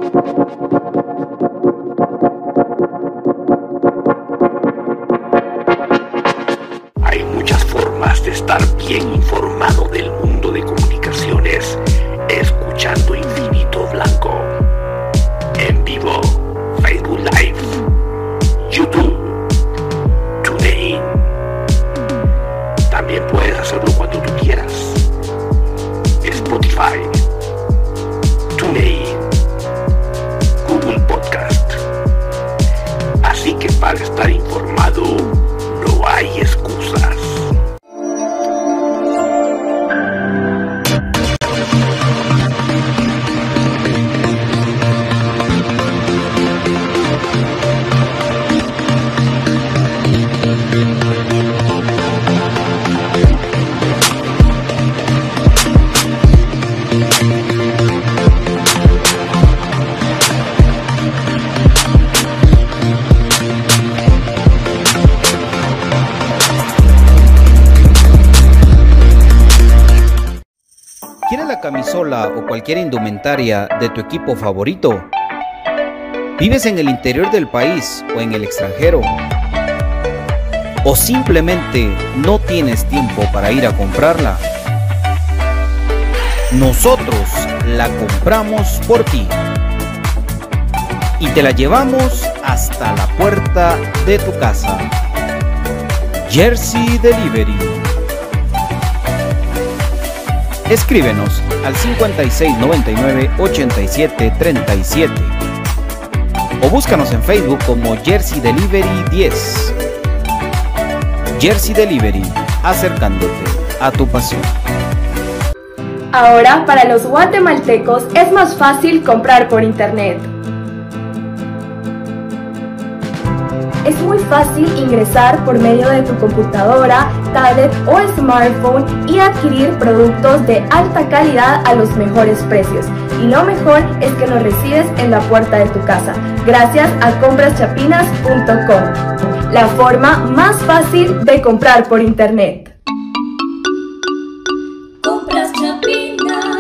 Hay muchas formas de estar bien informado del mundo de comunicaciones, escuchando Infinito Blanco. En vivo, Facebook Live, YouTube, TuneIn. También puedes hacerlo cuando tú quieras. Spotify, TuneIn, Google Podcast. Así que para estar informado, no hay excusas. ¿Quieres la camisola o cualquier indumentaria de tu equipo favorito? ¿Vives en el interior del país o en el extranjero? ¿O simplemente no tienes tiempo para ir a comprarla? Nosotros la compramos por ti y te la llevamos hasta la puerta de tu casa. Jersey Delivery. Escríbenos al 5699-8737 o búscanos en Facebook como Jersey Delivery 10. Jersey Delivery, acercándote a tu pasión. Ahora, para los guatemaltecos es más fácil comprar por internet. Es muy fácil ingresar por medio de tu computadora, tablet o smartphone y adquirir productos de alta calidad a los mejores precios. Y lo mejor es que los recibes en la puerta de tu casa, gracias a compraschapinas.com, la forma más fácil de comprar por internet. Compras Chapinas.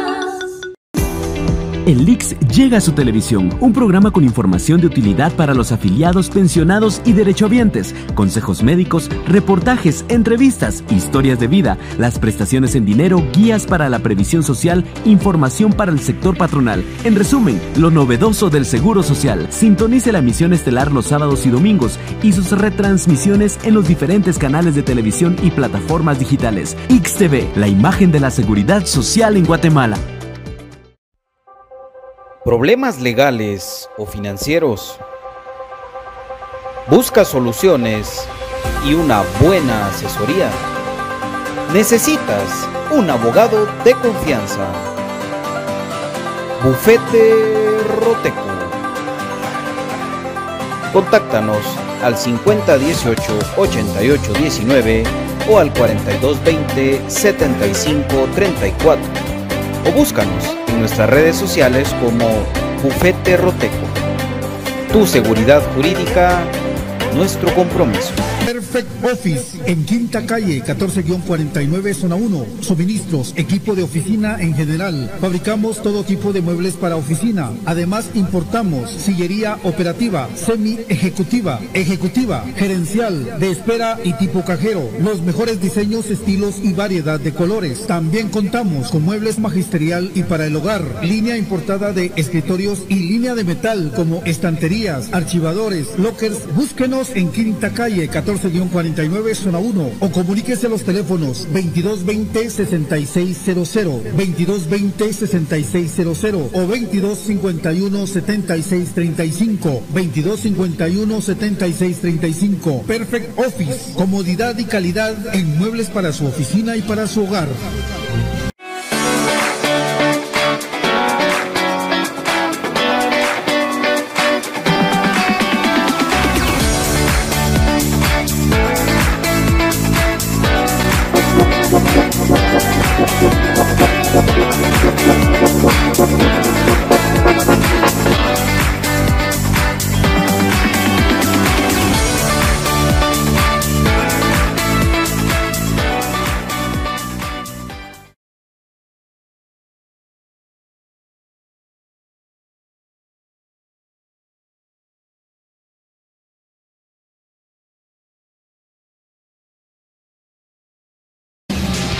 El LIX llega a su televisión, un programa con información de utilidad para los afiliados, pensionados y derechohabientes, consejos médicos, reportajes, entrevistas, historias de vida, las prestaciones en dinero, guías para la previsión social, información para el sector patronal. En resumen, lo novedoso del Seguro Social. Sintonice la emisión estelar los sábados y domingos y sus retransmisiones en los diferentes canales de televisión y plataformas digitales. XTV, la imagen de la seguridad social en Guatemala. ¿Problemas legales o financieros? ¿Busca soluciones y una buena asesoría? Necesitas un abogado de confianza. Bufete Roteco. Contáctanos al 5018-8819 o al 4220-7534 o búscanos en nuestras redes sociales como Bufete Roteco. Tu seguridad jurídica, nuestro compromiso. Perfect Office en Quinta Calle 14-49 Zona 1. Suministros, equipo de oficina en general. Fabricamos todo tipo de muebles para oficina. Además importamos sillería operativa, semi-ejecutiva, ejecutiva, gerencial, de espera y tipo cajero. Los mejores diseños, estilos y variedad de colores. También contamos con muebles magisterial y para el hogar. Línea importada de escritorios y línea de metal como estanterías, archivadores, lockers. Búsquenos en Quinta Calle 14-49 Zona 1 o comuníquese a los teléfonos 2220-6600, 2220-6600 o 2251-7635, 2251-7635. Perfect Office, comodidad y calidad en muebles para su oficina y para su hogar.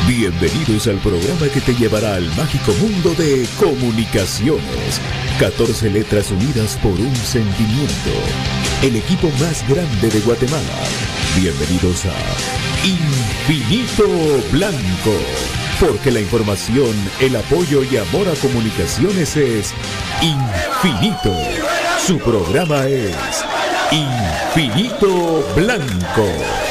Bienvenidos al programa que te llevará al mágico mundo de comunicaciones. 14 letras unidas por un sentimiento. El equipo más grande de Guatemala. Bienvenidos a Infinito Blanco. Porque la información, el apoyo y amor a comunicaciones es infinito. Su programa es Infinito Blanco.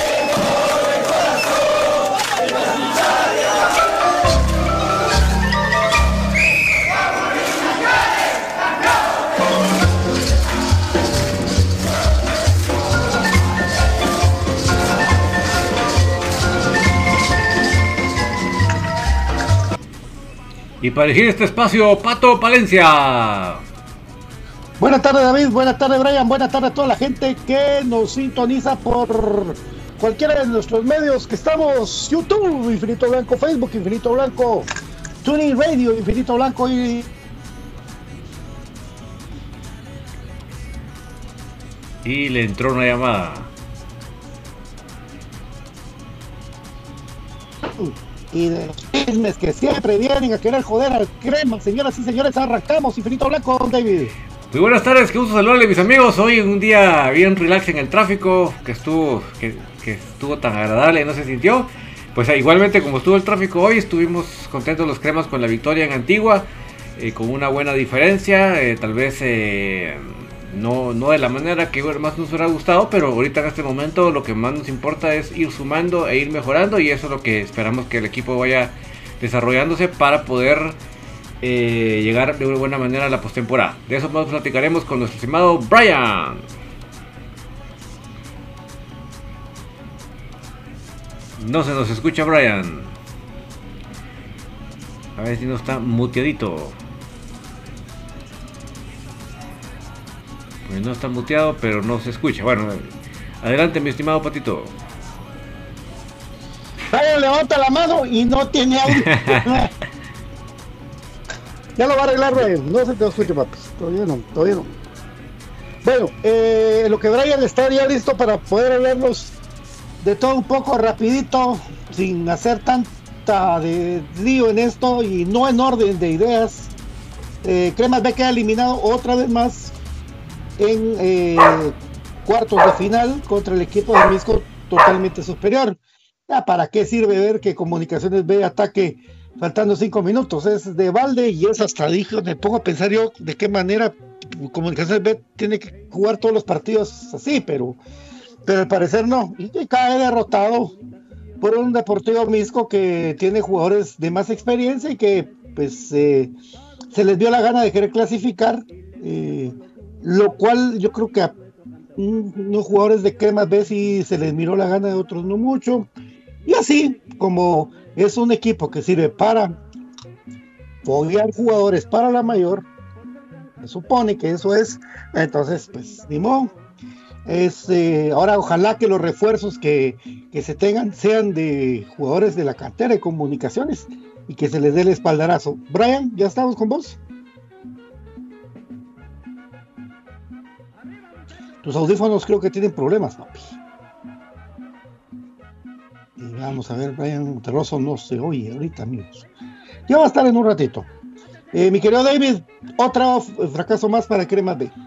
Y para dirigir este espacio, Pato Palencia. Buenas tardes, David, buenas tardes, Brian, buenas tardes a toda la gente que nos sintoniza por cualquiera de nuestros medios que estamos: YouTube, Infinito Blanco, Facebook, Infinito Blanco, TuneIn Radio, Infinito Blanco y le entró una llamada. y de los chismes que siempre vienen a querer joder al crema. Señoras y señores, arrancamos Infinito Blanco, David. Muy buenas tardes, qué gusto saludarle, mis amigos. Hoy un día bien relax en el tráfico, que estuvo tan agradable, no se sintió. Pues igualmente como estuvo el tráfico hoy, estuvimos contentos los cremas con la victoria en Antigua, con una buena diferencia, tal vez no de la manera que más nos hubiera gustado, pero ahorita en este momento lo que más nos importa es ir sumando e ir mejorando, y eso es lo que esperamos que el equipo vaya desarrollándose para poder llegar de una buena manera a la postemporada. De eso más platicaremos con nuestro estimado Brian. No se nos escucha, Brian. A ver si no está muteadito. Pues no está muteado, pero no se escucha. Bueno, adelante, mi estimado Patito. Brian levanta la mano y no tiene audio. Ya lo va a arreglar, Brian. No se te escucha, papi. Todavía no. Bueno, lo que Brian está ya listo para poder hablarnos de todo un poco rapidito, sin hacer tanta de lío en esto y no en orden de ideas. Cremas B queda eliminado otra vez más en cuartos de final contra el equipo de Misco, totalmente superior. Ya, ¿para qué sirve ver que Comunicaciones B ataque faltando 5 minutos? Es de balde, y es hasta me pongo a pensar yo de qué manera Comunicaciones B tiene que jugar todos los partidos así, pero al parecer no, y cae derrotado por un Deportivo Misco que tiene jugadores de más experiencia y que pues se les dio la gana de querer clasificar, lo cual yo creo que a unos jugadores de Cremas B sí se les miró la gana, de otros no mucho, y así como es un equipo que sirve para foguear jugadores para la mayor, se supone que eso es, entonces pues ni modo. Ahora ojalá que los refuerzos que se tengan sean de jugadores de la cantera de Comunicaciones y que se les dé el espaldarazo. Brian, ¿ya estamos con vos? Tus audífonos creo que tienen problemas, papi. Y vamos a ver, Brian Monterroso no se oye ahorita, amigos. Ya va a estar en un ratito. Mi querido David, otro fracaso más para Cremas B.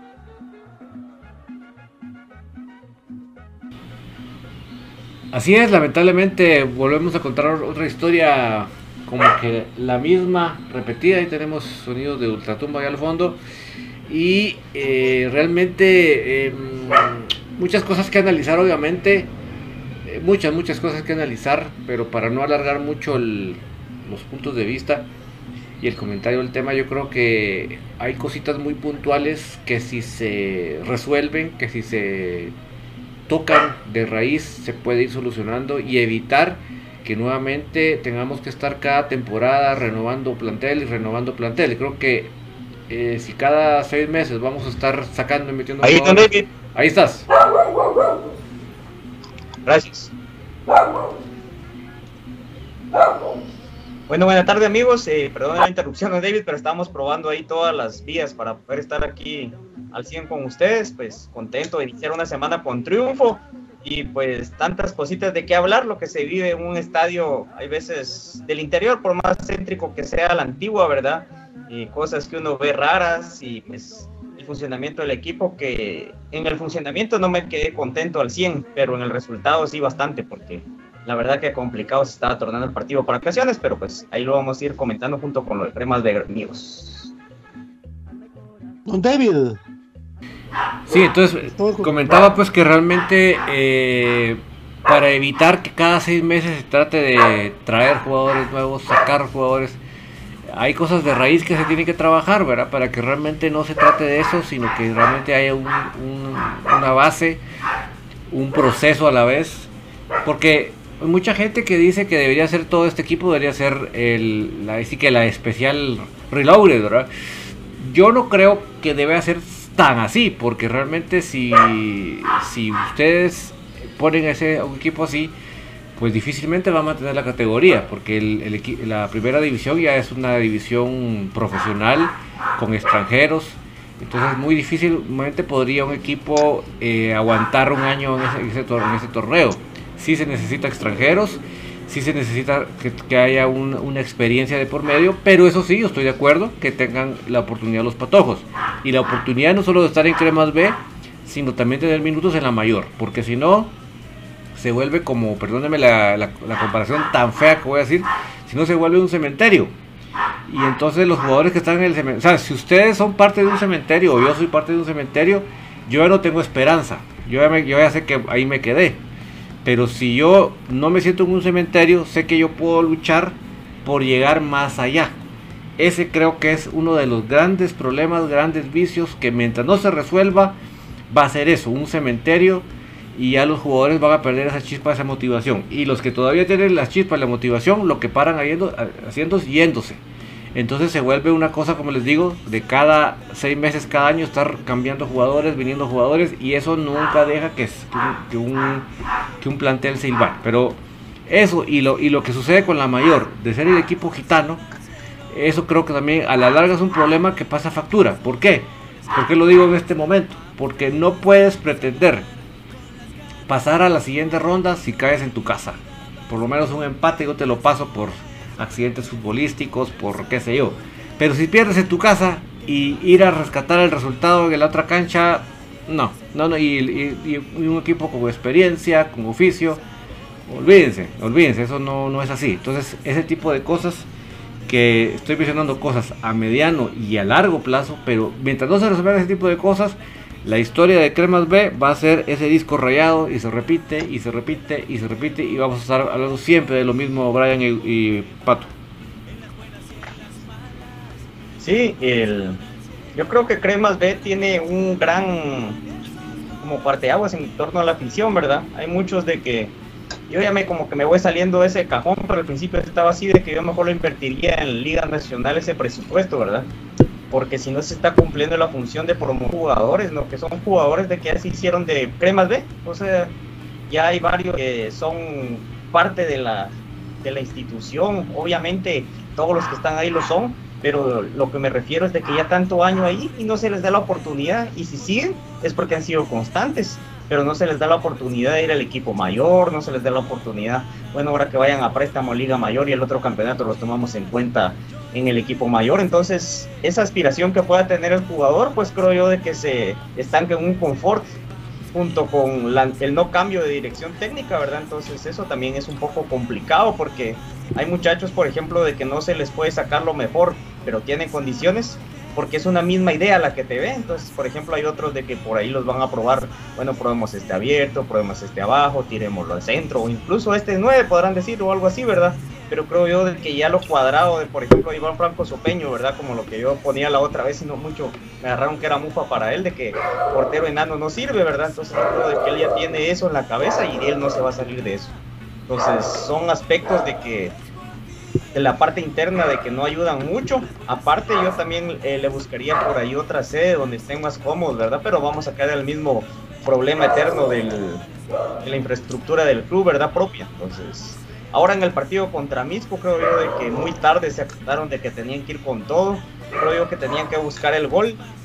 Así es, lamentablemente volvemos a contar otra historia como que la misma, repetida. Ahí tenemos sonidos de ultratumba allá al fondo. Y realmente muchas cosas que analizar, obviamente. Muchas cosas que analizar, pero para no alargar mucho los puntos de vista y el comentario del tema, yo creo que hay cositas muy puntuales que si se resuelven, que si se tocan de raíz, se puede ir solucionando y evitar que nuevamente tengamos que estar cada temporada renovando plantel. Creo que si cada 6 meses vamos a estar sacando y metiendo ahí, jugadores, ahí estás. Gracias. Bueno, buenas tardes, amigos. Perdón la interrupción, David, pero estamos probando ahí todas las vías para poder estar aquí al 100 con ustedes. Pues contento de iniciar una semana con triunfo y pues tantas cositas de qué hablar, lo que se vive en un estadio, hay veces del interior, por más céntrico que sea la antigua, ¿verdad? Y cosas que uno ve raras y pues el funcionamiento del equipo, que en el funcionamiento no me quedé contento al 100, pero en el resultado sí bastante, porque la verdad que complicado se estaba tornando el partido por ocasiones, pero pues ahí lo vamos a ir comentando junto con los Cremas de amigos. Don David. Sí, entonces comentaba pues que realmente para evitar que cada 6 meses se trate de traer jugadores nuevos, sacar jugadores, hay cosas de raíz que se tienen que trabajar, ¿verdad? Para que realmente no se trate de eso, sino que realmente haya una base, un proceso a la vez, porque hay mucha gente que dice que debería ser todo este equipo, debería ser la especial reloaded, ¿verdad? Yo no creo que deba ser tan así, porque realmente si ustedes ponen un equipo así, pues difícilmente va a mantener la categoría, porque la primera división ya es una división profesional con extranjeros, entonces muy difícilmente podría un equipo aguantar un año en ese torneo. Sí se necesita extranjeros, sí se necesita que haya una experiencia de por medio, pero eso sí, yo estoy de acuerdo que tengan la oportunidad los patojos, y la oportunidad no solo de estar en Cremas B, sino también tener minutos en la mayor, porque si no, se vuelve como, perdónenme la comparación tan fea que voy a decir, si no se vuelve un cementerio, y entonces los jugadores que están en el cementerio, o sea, si ustedes son parte de un cementerio, o yo soy parte de un cementerio, yo ya no tengo esperanza, yo ya sé que ahí me quedé. Pero si yo no me siento en un cementerio, sé que yo puedo luchar por llegar más allá. Ese creo que es uno de los grandes problemas, grandes vicios, que mientras no se resuelva, va a ser eso, un cementerio, y ya los jugadores van a perder esa chispa, esa motivación. Y los que todavía tienen las chispas, la motivación, lo que paran haciendo es yéndose. Entonces se vuelve una cosa, como les digo, de cada 6 meses, cada año, estar cambiando jugadores, viniendo jugadores, y eso nunca deja que un plantel se hilvane. Pero eso y lo que sucede con la mayor, de ser el equipo gitano, eso creo que también a la larga es un problema que pasa factura. ¿Por qué? ¿Por qué lo digo en este momento? Porque no puedes pretender pasar a la siguiente ronda si caes en tu casa. Por lo menos un empate yo te lo paso por accidentes futbolísticos, por qué sé yo, pero si pierdes en tu casa y ir a rescatar el resultado en la otra cancha, no, y un equipo con experiencia, con oficio, olvídense, eso no es así. Entonces ese tipo de cosas, que estoy mencionando cosas a mediano y a largo plazo, pero mientras no se resuelvan ese tipo de cosas, la historia de Cremas B va a ser ese disco rayado, y se repite, y se repite, y se repite, y vamos a estar hablando siempre de lo mismo, Brian y Pato. Sí, yo creo que Cremas B tiene un gran como parteaguas en torno a la afición, ¿verdad? Hay muchos de que yo ya como que me voy saliendo de ese cajón, pero al principio estaba así de que yo mejor lo invertiría en Liga Nacional ese presupuesto, ¿verdad? Porque si no se está cumpliendo la función de promover jugadores, ¿no? Que son jugadores de que ya se hicieron de Cremas B, o sea, ya hay varios que son parte de la institución, obviamente todos los que están ahí lo son, pero lo que me refiero es de que ya tanto año ahí y no se les da la oportunidad, y si siguen es porque han sido constantes, pero no se les da la oportunidad de ir al equipo mayor, no se les da la oportunidad, bueno, ahora que vayan a préstamo a Liga Mayor y el otro campeonato los tomamos en cuenta en el equipo mayor. Entonces esa aspiración que pueda tener el jugador, pues creo yo de que se estanque en un confort junto con el no cambio de dirección técnica, ¿verdad? Entonces eso también es un poco complicado, porque hay muchachos, por ejemplo, de que no se les puede sacar lo mejor, pero tienen condiciones, porque es una misma idea la que te ve. Entonces, por ejemplo, hay otros de que por ahí los van a probar, bueno, probemos este abierto, probemos este abajo, tirémoslo al centro, o incluso este 9 podrán decir, o algo así, ¿verdad? Pero creo yo de que ya lo cuadrado de, por ejemplo, Iván Franco Sopeño, ¿verdad? Como lo que yo ponía la otra vez, y no mucho me agarraron que era mufa para él, de que portero enano no sirve, ¿verdad? Entonces yo creo de que él ya tiene eso en la cabeza y él no se va a salir de eso. Entonces son aspectos de que de la parte interna de que no ayudan mucho. Aparte yo también le buscaría por ahí otra sede donde estén más cómodos, ¿verdad? Pero vamos a caer en el mismo problema eterno de la infraestructura del club, ¿verdad? Propia. Entonces ahora en el partido contra Misco, creo yo de que muy tarde se acordaron de que tenían que ir con todo. Creo yo que tenían que buscar el gol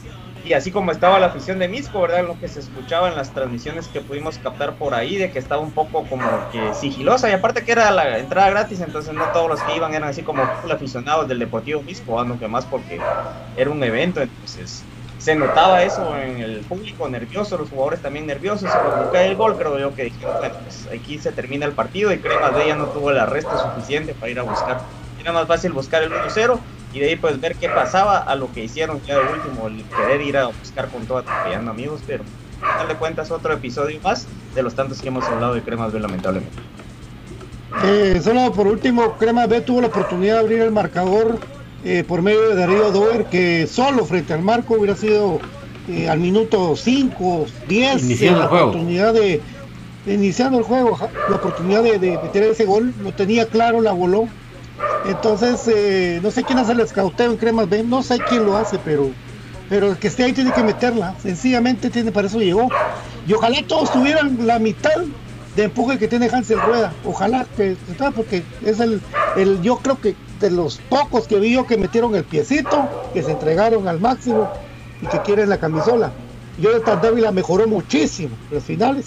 Y así como estaba la afición de Misco, ¿verdad? Lo que se escuchaba en las transmisiones que pudimos captar por ahí, de que estaba un poco como que sigilosa, y aparte que era la entrada gratis, entonces no todos los que iban eran así como aficionados del Deportivo Misco, aunque más porque era un evento, entonces se notaba eso en el público nervioso, los jugadores también nerviosos. Cuando cae el gol, creo yo que dijeron, bueno, pues aquí se termina el partido, y Cremas B ya no tuvo el arresto suficiente para ir a buscar. Era más fácil buscar el 1-0 y de ahí pues ver qué pasaba a lo que hicieron ya de último, el querer ir a buscar con todo atropellando amigos, pero al final de cuentas otro episodio más de los tantos que hemos hablado de Cremas B, lamentablemente. Solo por último, Cremas B tuvo la oportunidad de abrir el marcador por medio de Darío Doer, que solo frente al marco hubiera sido al minuto 5, 10 iniciando la el juego. Oportunidad de iniciando el juego, la oportunidad de meter ese gol, lo tenía claro, la voló. Entonces, no sé quién hace el escauteo en Cremas B, no sé quién lo hace, pero el que esté ahí tiene que meterla, sencillamente para eso llegó. Y ojalá todos tuvieran la mitad de empuje que tiene Hansel Rueda, ojalá que, porque es yo creo que de los pocos que vi yo que metieron el piecito, que se entregaron al máximo y que quieren la camisola. Jonathan Dávila mejoró muchísimo en los finales,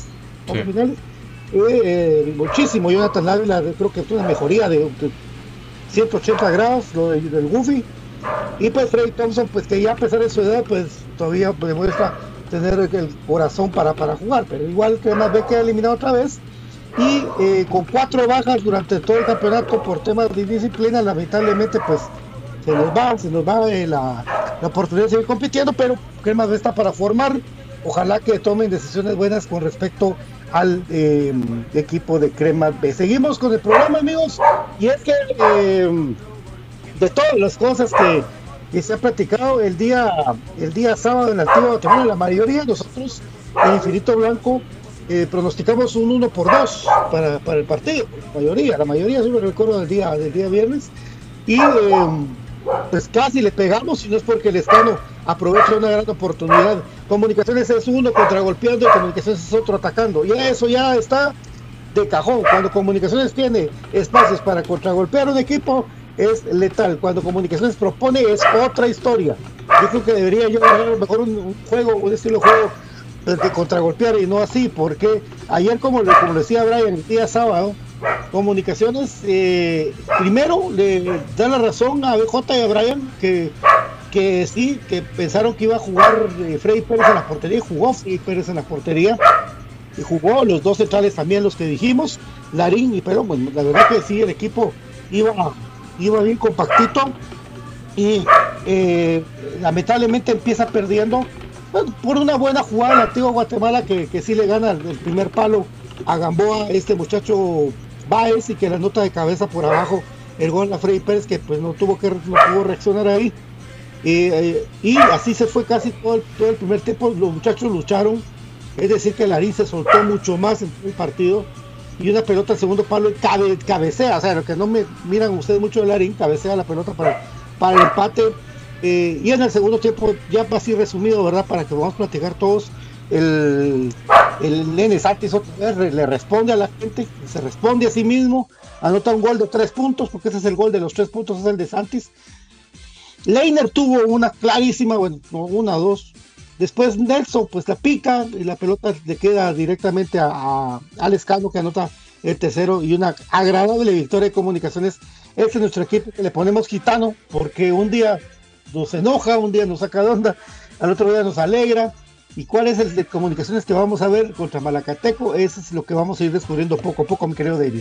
muchísimo. Jonathan Dávila creo que fue una mejoría de 180 grados lo del Goofy. Y pues Freddy Thompson, pues que ya a pesar de su edad, pues todavía demuestra tener el corazón para jugar, pero igual que más ve que ha eliminado otra vez. Y con 4 bajas durante todo el campeonato por temas de disciplina, lamentablemente pues se nos va la oportunidad de seguir compitiendo, pero Cremas B está para formar. Ojalá que tomen decisiones buenas con respecto al equipo de Cremas B. Seguimos con el programa, amigos, y es que de todas las cosas que se ha platicado el día sábado en la Antigua Guatemala, la mayoría de nosotros en Infinito Blanco pronosticamos un 1-2 para el partido, la mayoría, sí me recuerdo del día viernes, y pues casi le pegamos, si no es porque el Escano aprovecha una gran oportunidad. Comunicaciones es uno contragolpeando y Comunicaciones es otro atacando, y eso ya está de cajón. Cuando Comunicaciones tiene espacios para contragolpear un equipo, es letal. Cuando Comunicaciones propone, es otra historia. Yo creo que debería yo agarrar mejor un estilo de juego de contragolpear y no así, porque ayer, como decía Brian, el día sábado, Comunicaciones primero le da la razón a BJ y a Brian que sí, que pensaron que iba a jugar Freddy Pérez en la portería, y jugó Freddy Pérez en la portería, y jugó los dos centrales también, los que dijimos, Larín y Perón. Bueno, la verdad que sí, el equipo iba bien compactito, y lamentablemente empieza perdiendo, bueno, por una buena jugada en la Antigua Guatemala, que sí le gana el primer palo a Gamboa, este muchacho Báez, y que la nota de cabeza por abajo el gol a Freddy Pérez, que pues no pudo reaccionar ahí, y así se fue casi todo el primer tiempo. Los muchachos lucharon, es decir que Larín se soltó mucho más en el partido, y una pelota al segundo palo cabecea, o sea, lo que no me miran ustedes mucho de Larín, cabecea la pelota para el empate, y en el segundo tiempo, ya así resumido, ¿verdad? Para que vamos a platicar todos, el Nene Santis otra vez le responde a la gente, se responde a sí mismo, anota un gol de 3 puntos, porque ese es el gol de los 3 puntos, es el de Santis. Leiner tuvo una clarísima, bueno, una o dos. Después Nelson pues la pica y la pelota le queda directamente a Escano, que anota el tercero, y una agradable victoria de Comunicaciones. Este es nuestro equipo que le ponemos gitano, porque un día nos enoja, un día nos saca de onda, al otro día nos alegra. ¿Y cuál es el de Comunicaciones que vamos a ver contra Malacateco? Eso es lo que vamos a ir descubriendo poco a poco, mi querido David.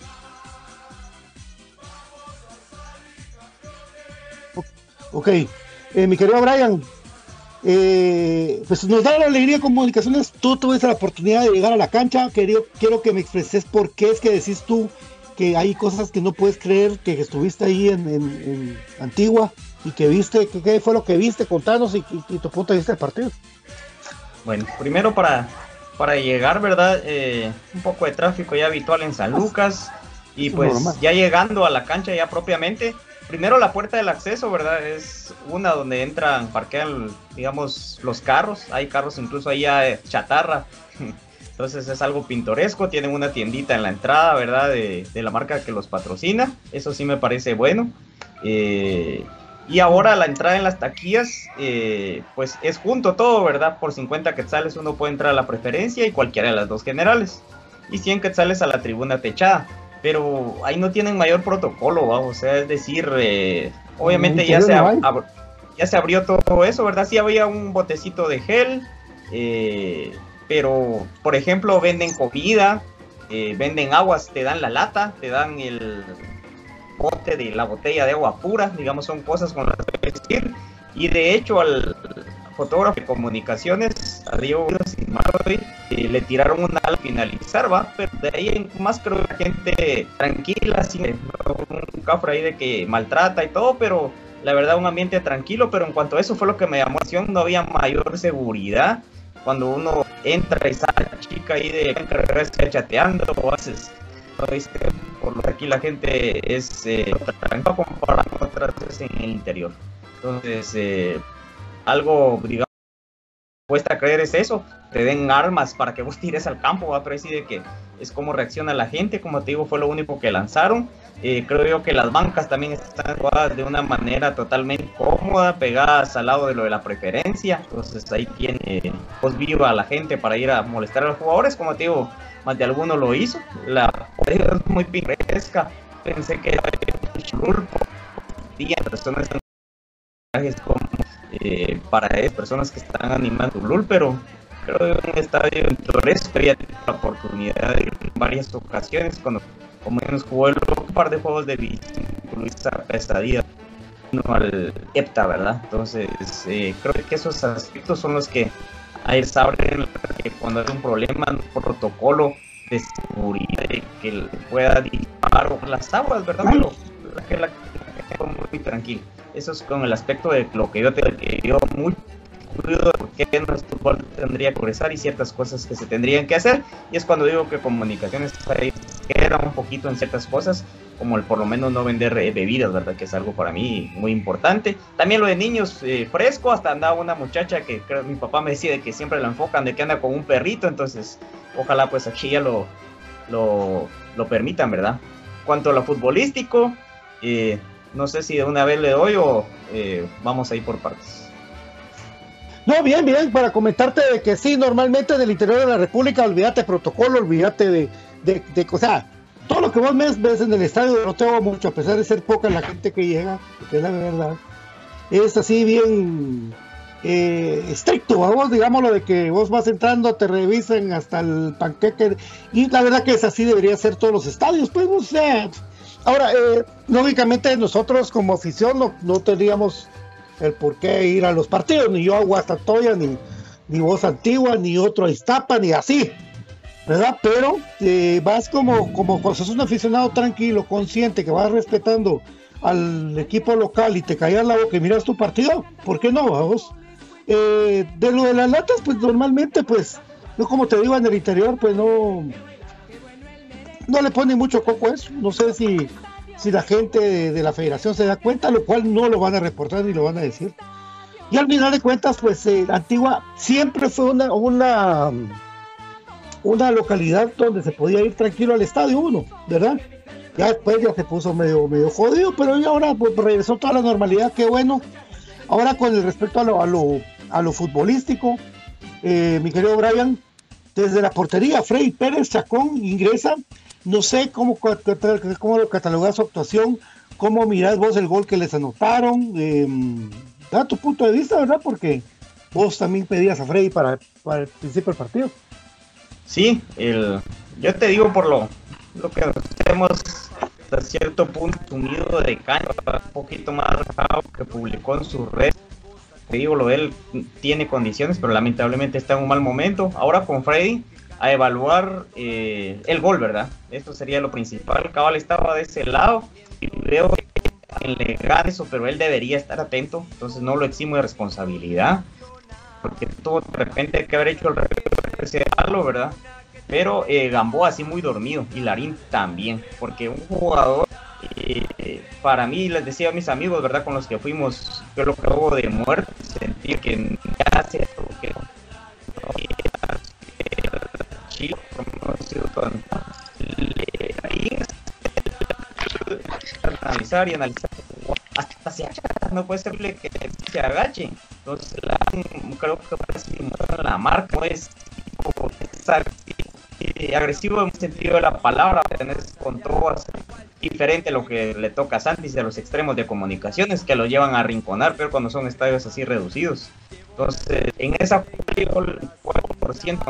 Ok, mi querido Brian, pues nos da la alegría Comunicaciones. Tú tuviste la oportunidad de llegar a la cancha. Quiero que me expreses por qué es que decís tú que hay cosas que no puedes creer, que estuviste ahí en Antigua y que viste. ¿Qué fue lo que viste? Contanos y tu punto de vista del partido. Bueno, primero para llegar, ¿verdad? Un poco de tráfico ya habitual en San Lucas, y pues ya llegando a la cancha ya propiamente, primero la puerta del acceso, ¿verdad? Es una donde parquean, digamos, los carros. Hay carros incluso ahí chatarra. Entonces es algo pintoresco. Tienen una tiendita en la entrada, ¿verdad? De la marca que los patrocina. Eso sí me parece bueno. Y ahora la entrada en las taquillas, pues es junto todo, ¿verdad? Por 50 quetzales uno puede entrar a la preferencia y cualquiera de las dos generales. Y 100 quetzales a la tribuna techada. Pero ahí no tienen mayor protocolo, ¿va? O sea, es decir, obviamente ya se abrió todo eso, ¿verdad? Sí había un botecito de gel, pero, por ejemplo, venden comida, venden aguas, te dan la lata, te dan el bote de la botella de agua pura, digamos, son cosas con las que vestir. Y de hecho al fotógrafo de comunicaciones, a Diego le tiraron una al finalizar, va, pero de ahí en más creo que la gente tranquila, sin un cafre ahí de que maltrata y todo, pero la verdad un ambiente tranquilo. Pero en cuanto a eso fue lo que me llamó la atención, no había mayor seguridad. Cuando uno entra y sale la chica ahí de que chateando o haces, por lo que aquí la gente es tranquila comparado con otras veces en el interior. Entonces algo, digamos, cuesta creer es eso, te den armas para que vos tires al campo, ¿va? Pero sí de que es como reacciona la gente, como te digo, fue lo único que lanzaron. Creo yo que las bancas también están jugadas de una manera totalmente cómoda, pegadas al lado de lo de la preferencia. Entonces ahí tiene pues viva a la gente para ir a molestar a los jugadores, como te digo, más de alguno lo hizo. La es muy pintoresca, pensé que era un día personas como para personas que están animando LUL, pero creo que un estadio pintoresco. Ya tuve la oportunidad de ir en varias ocasiones cuando como nos jugó un par de juegos de esa pesadilla al EPTA, ¿verdad? Entonces creo que esos aspectos son los que ahí saben que cuando hay un problema, un protocolo de seguridad que pueda disparar o las aguas, ¿verdad? Pero que la gente muy tranquila. Eso es con el aspecto de lo que yo muy cuido de que nuestro fútbol tendría que progresar y ciertas cosas que se tendrían que hacer. Y es cuando digo que comunicaciones ahí queda un poquito en ciertas cosas, como el por lo menos no vender bebidas, ¿verdad? Que es algo para mí muy importante. También lo de niños fresco, hasta andaba una muchacha que creo mi papá me decía de que siempre la enfocan de que anda con un perrito, entonces ojalá pues aquí ya lo permitan, ¿verdad? Cuanto a lo futbolístico, no sé si de una vez le doy o vamos a ir por partes. No, bien, para comentarte de que sí, normalmente en el interior de la República, olvídate protocolo, olvídate de o sea, todo lo que vos ves en el estadio no te va mucho, a pesar de ser poca la gente que llega, porque es la verdad, es así bien estricto, vamos, digámoslo, de que vos vas entrando, te revisan hasta el panqueque, y la verdad que es así, debería ser todos los estadios, pues, o sea. Ahora, lógicamente nosotros como afición no tendríamos el por qué ir a los partidos, ni yo a Guastatoya, ni vos Antigua, ni otro a Iztapa, ni así, ¿verdad? Pero vas como cuando sos un aficionado tranquilo, consciente, que vas respetando al equipo local y te callas la boca y miras tu partido, ¿por qué no, vos? De lo de las latas, pues normalmente, pues, yo como te digo, en el interior, pues no le pone mucho coco a eso. No sé si la gente de la federación se da cuenta, lo cual no lo van a reportar ni lo van a decir. Y al final de cuentas, pues Antigua siempre fue una localidad donde se podía ir tranquilo al estadio 1, ¿verdad? Ya después ya se puso medio jodido, pero ya ahora pues regresó toda la normalidad, qué bueno. Ahora con el respecto a lo futbolístico, mi querido Brian, desde la portería, Freddy Pérez Chacón ingresa. No sé cómo lo catalogas su actuación, cómo mirás vos el gol que les anotaron, da tu punto de vista, ¿verdad? Porque vos también pedías a Freddy para el principio del partido. Sí, yo te digo por lo que hemos hasta cierto punto sumido de caña, un poquito más rajado que publicó en su red. Te digo, lo de él tiene condiciones, pero lamentablemente está en un mal momento. Ahora con Freddy a evaluar el gol, ¿verdad? Esto sería lo principal. Cabal estaba de ese lado y veo que le gana eso, pero él debería estar atento, entonces no lo eximo de responsabilidad, porque tuvo de repente que haber hecho el regalo, ¿verdad? Pero Gamboa así muy dormido y Larín también, porque un jugador para mí, les decía a mis amigos, ¿verdad? Con los que fuimos, yo lo que hago de muerte, sentir que ya se Chile, analizar hasta se no puede ser que se agache. Entonces, creo que la marca no es agresivo en el sentido de la palabra, tener control diferente a lo que le toca a Santis de los extremos de comunicaciones que lo llevan a arrinconar, pero cuando son estadios así reducidos. Entonces, en esa por ciento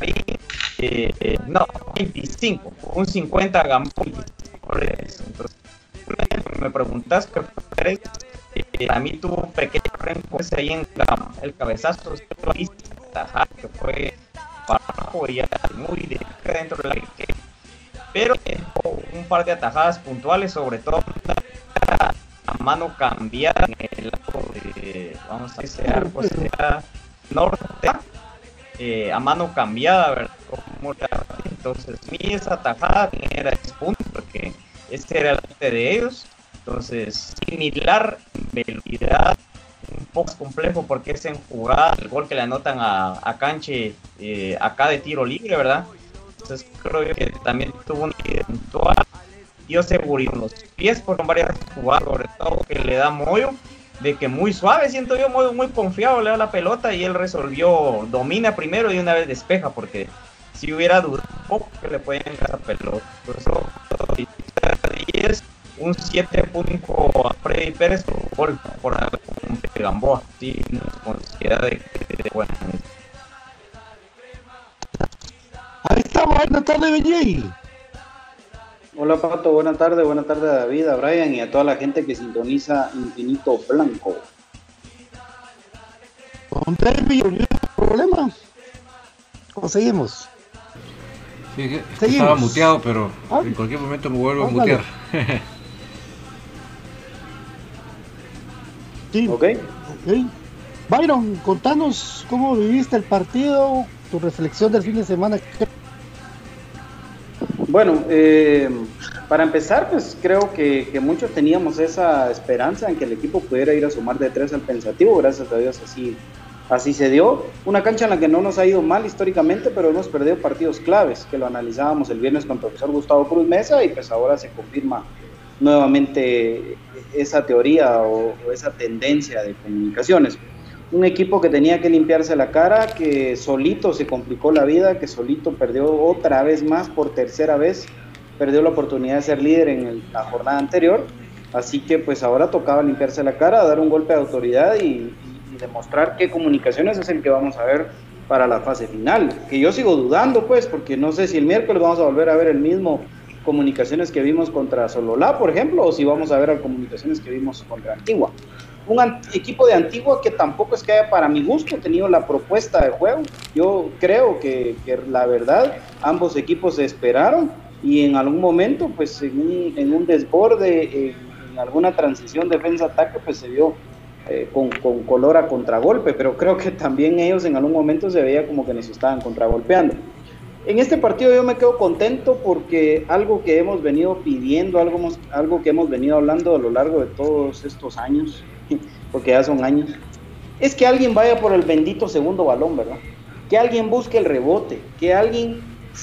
no, 25, un 50 Gamboa. Entonces, me preguntas que a mí tuvo un pequeño rencor ahí en el cabezazo que fue para abajo y ya muy dentro de la que, pero un par de atajadas puntuales, sobre todo a mano cambiada en el arco de, vamos a decir, arco sea norte, a mano cambiada, ¿verdad? Entonces, mi esa atajada era 10 puntos porque este era el arte de ellos. Entonces, similar en velocidad, un poco complejo porque es en jugada, el gol que le anotan a Canche acá de tiro libre, ¿verdad? Entonces creo que también tuvo un eventual, dio seguridad en los pies por varias jugadas, sobre todo que le da Moyo, de que muy suave, siento yo, Moyo muy confiado, le da la pelota y él resolvió, domina primero y una vez despeja, porque si hubiera dudado un poco que le pueden dar la pelota. Por eso, 10, un 7.5 a Freddy Pérez por gol por un Gamboa, sí, con sociedad de buena. Ahí está, buenas tardes, BJ. Hola Pato, buenas tardes a David, a Brian y a toda la gente que sintoniza Infinito Blanco. ¿Con David no hay problema? ¿Cómo seguimos? Sí, estaba muteado, pero en cualquier momento me vuelvo a mutear. Sí. Okay. Byron, contanos cómo viviste el partido, tu reflexión del fin de semana. Bueno, para empezar, pues creo que muchos teníamos esa esperanza en que el equipo pudiera ir a sumar de 3 al Pensativo. Gracias a Dios así se dio. Una cancha en la que no nos ha ido mal históricamente, pero hemos perdido partidos claves, que lo analizábamos el viernes con el profesor Gustavo Cruz Mesa, y pues ahora se confirma nuevamente esa teoría o esa tendencia de comunicaciones. Un equipo que tenía que limpiarse la cara, que solito se complicó la vida, que solito perdió otra vez más, por tercera vez, perdió la oportunidad de ser líder en la jornada anterior, así que pues ahora tocaba limpiarse la cara, dar un golpe de autoridad y demostrar que Comunicaciones es el que vamos a ver para la fase final, que yo sigo dudando pues, porque no sé si el miércoles vamos a volver a ver el mismo Comunicaciones que vimos contra Sololá, por ejemplo, o si vamos a ver a Comunicaciones que vimos contra Antigua. Un equipo de Antigua que tampoco es que haya, para mi gusto, tenido la propuesta de juego. Yo creo que la verdad, ambos equipos se esperaron y en algún momento, pues en un desborde, en alguna transición defensa-ataque, pues se vio con color a contragolpe, pero creo que también ellos en algún momento se veía como que nos estaban contragolpeando. En este partido yo me quedo contento porque algo que hemos venido pidiendo, algo que hemos venido hablando a lo largo de todos estos años, porque ya son años, es que alguien vaya por el bendito segundo balón, ¿verdad? Que alguien busque el rebote, que alguien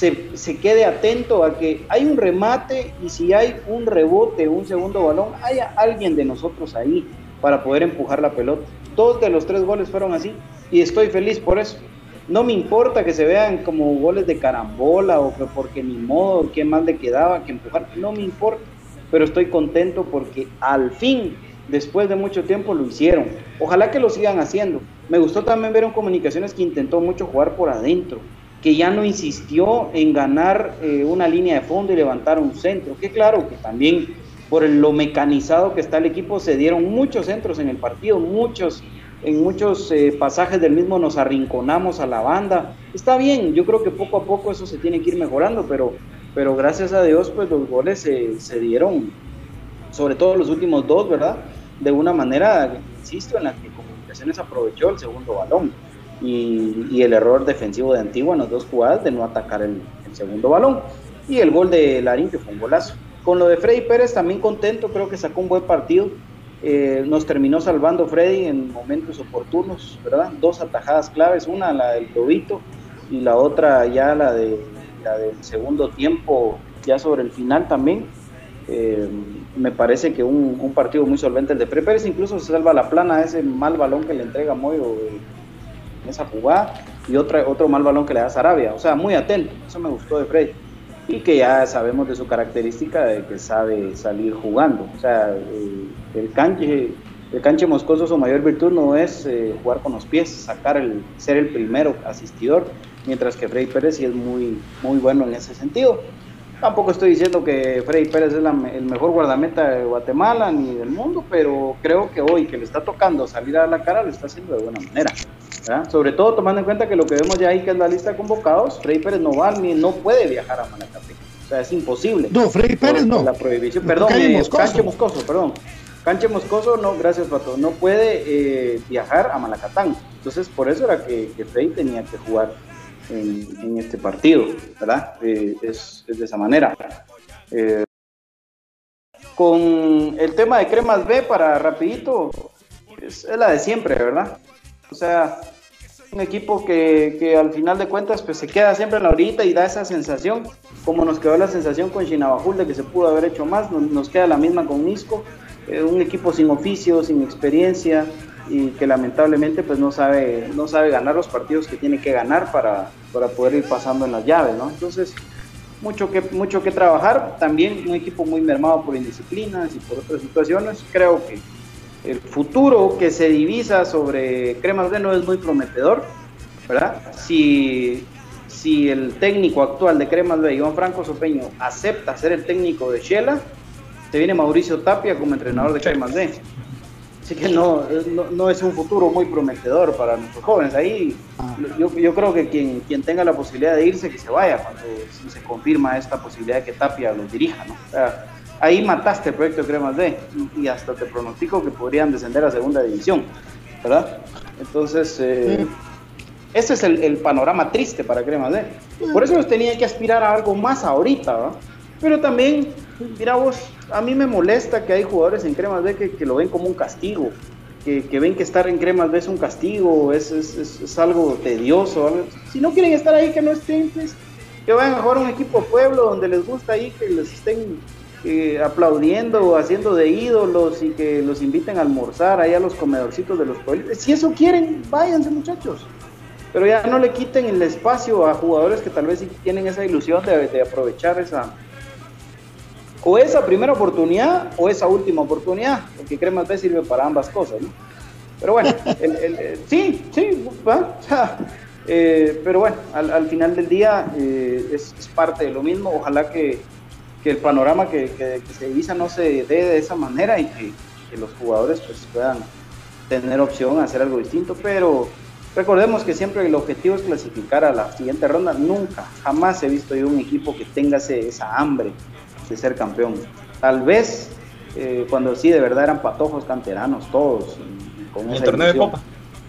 se quede atento a que hay un remate y si hay un rebote, un segundo balón, haya alguien de nosotros ahí para poder empujar la pelota. 2 de los 3 goles fueron así y estoy feliz por eso. No me importa que se vean como goles de carambola o que porque ni modo, qué más le quedaba que empujar, no me importa, pero estoy contento porque al fin, después de mucho tiempo, lo hicieron. Ojalá que lo sigan haciendo. Me gustó también ver en Comunicaciones que intentó mucho jugar por adentro, que ya no insistió en ganar una línea de fondo y levantar un centro, que claro que también por lo mecanizado que está el equipo se dieron muchos centros en el partido, en muchos pasajes del mismo nos arrinconamos a la banda. Está bien, yo creo que poco a poco eso se tiene que ir mejorando, pero gracias a Dios pues los goles se dieron, sobre todo los últimos 2, ¿verdad? De una manera, insisto, en la que Comunicaciones aprovechó el segundo balón y el error defensivo de Antigua en las 2 jugadas de no atacar el segundo balón, y el gol de Larín, que fue un golazo. Con lo de Freddy Pérez también contento, creo que sacó un buen partido. Nos terminó salvando Freddy en momentos oportunos, ¿verdad? 2 atajadas claves, una la del globito y la otra ya la del segundo tiempo, ya sobre el final también. me parece que un partido muy solvente el de Freddy Pérez, incluso se salva la plana ese mal balón que le entrega Moyo en esa jugada, y otro mal balón que le da Sarabia, o sea, muy atento, eso me gustó de Freddy, y que ya sabemos de su característica de que sabe salir jugando, o sea, el canche Moscoso, su mayor virtud no es jugar con los pies, ser el primero asistidor, mientras que Freddy Pérez sí es muy, muy bueno en ese sentido. Tampoco estoy diciendo que Freddy Pérez es el mejor guardameta de Guatemala ni del mundo, pero creo que hoy que le está tocando salir a la cara lo está haciendo de buena manera, ¿verdad? Sobre todo tomando en cuenta que lo que vemos ya ahí que es la lista de convocados, Freddy Pérez no puede viajar a Malacatán, o sea, es imposible. No, Freddy Pérez no. La prohibición, perdón, Canche Moscoso, no, gracias Pato, no puede viajar a Malacatán, entonces por eso era que Freddy tenía que jugar en este partido, ¿verdad? Es de esa manera. Con el tema de Cremas B, para rapidito, es la de siempre, ¿verdad? O sea, un equipo que al final de cuentas pues se queda siempre en la orillita y da esa sensación, como nos quedó la sensación con Chinabajul de que se pudo haber hecho más, nos queda la misma con Misco, un equipo sin oficio, sin experiencia, y que lamentablemente pues no sabe ganar los partidos que tiene que ganar para poder ir pasando en las llaves, ¿no? Entonces, mucho que trabajar, también un equipo muy mermado por indisciplinas y por otras situaciones. Creo que el futuro que se divisa sobre Cremas B no es muy prometedor, ¿verdad? Si el técnico actual de Cremas B, Iván Franco Sopeño, acepta ser el técnico de Shela, se viene Mauricio Tapia como entrenador de Cremas B. Así que no es un futuro muy prometedor para nuestros jóvenes. Ahí yo creo que quien tenga la posibilidad de irse, que se vaya cuando se confirma esta posibilidad de que Tapia los dirija, ¿no? O sea, ahí mataste el proyecto de Cremas B y hasta te pronostico que podrían descender a segunda división, ¿verdad? Entonces, ese es el panorama triste para Cremas B. Por eso los tenía que aspirar a algo más ahorita, ¿verdad? Pero también, mira vos, a mí me molesta que hay jugadores en Cremas B que lo ven como un castigo, que ven que estar en Cremas B es un castigo, es algo tedioso. Si no quieren estar ahí, que no estén, pues, que vayan a jugar a un equipo de pueblo donde les gusta ahí, que les estén aplaudiendo, haciendo de ídolos y que los inviten a almorzar ahí a los comedorcitos de los pueblos. Si eso quieren, váyanse, muchachos. Pero ya no le quiten el espacio a jugadores que tal vez sí tienen esa ilusión de aprovechar esa primera oportunidad o esa última oportunidad, porque Cremas B sirve para ambas cosas, ¿no? Pero bueno, sí, ¿va? Pero bueno, al final del día es parte de lo mismo. Ojalá que el panorama que se divisa no se dé de esa manera y que los jugadores pues puedan tener opción a hacer algo distinto, pero recordemos que siempre el objetivo es clasificar a la siguiente ronda. Nunca, jamás he visto yo un equipo que tenga esa hambre de ser campeón. Tal vez cuando sí de verdad eran patojos canteranos todos con el torneo de Copa.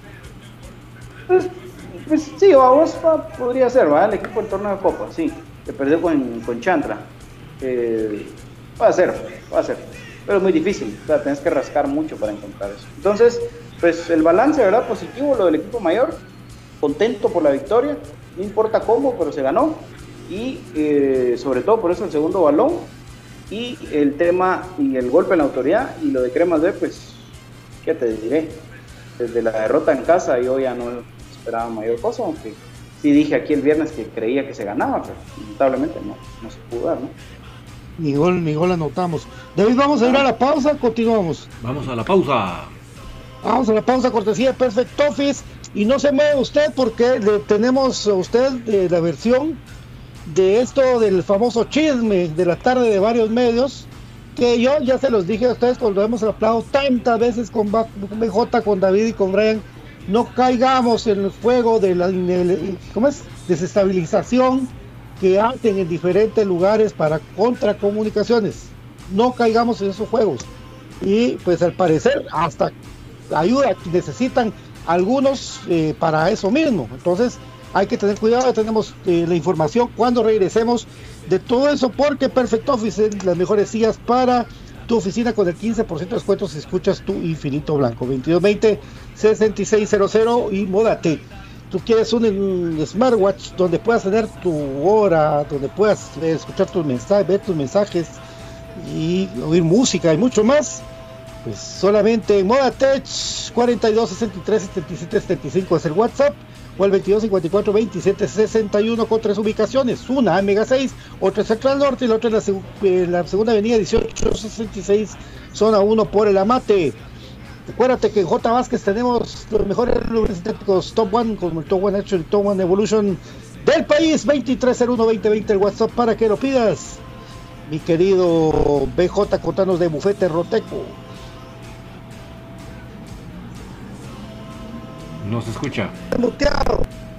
Pues sí, vos podría ser, ¿verdad? El equipo del torneo de Copa, sí, que perdió con Chantra. Va a ser, pero es muy difícil, o sea, tenés que rascar mucho para encontrar eso. Entonces, pues el balance, ¿verdad? Positivo, lo del equipo mayor, contento por la victoria, no importa cómo, pero se ganó. Y sobre todo por eso el segundo balón y el tema y el golpe en la autoridad. Y lo de Cremas B, pues qué te diré, desde la derrota en casa yo ya no esperaba mayor cosa, aunque sí dije aquí el viernes que creía que se ganaba, pero lamentablemente no se pudo dar, ¿no? Ni gol anotamos. David, vamos a ir a la pausa, continuamos. Vamos a la pausa. Vamos a la pausa, cortesía de Perfect Office. Y no se mueve usted porque le tenemos a usted la versión de esto del famoso chisme de la tarde de varios medios, que yo ya se los dije a ustedes cuando hemos hablado tantas veces con BJ, con David y con Brian. No caigamos en el fuego de la desestabilización que hacen en diferentes lugares para contracomunicaciones. No caigamos en esos juegos. Y pues al parecer hasta ayuda que necesitan algunos para eso mismo. Entonces hay que tener cuidado. Tenemos la información cuando regresemos de todo eso, porque Perfect Office es las mejores sillas para tu oficina con el 15% de descuento si escuchas tu Infinito Blanco. 2220-6600 y módate. Tú quieres un smartwatch donde puedas tener tu hora, donde puedas escuchar tus mensajes, ver tus mensajes, y oír música y mucho más, pues solamente en Modatech 42 63 77 75 es el WhatsApp, o el 22 54 27 61 con 3 ubicaciones, una en Mega 6, otra en Central Norte y la otra en la segunda avenida 1866 zona 1 por el Amate. Acuérdate que en J. Vázquez tenemos los mejores lubricantes sintéticos Top One, como el Top One Action, el Top One Evolution del país. 2301-2020 el WhatsApp para que lo pidas. Mi querido BJ, contanos de Bufete Roteco. No se escucha. Muteado.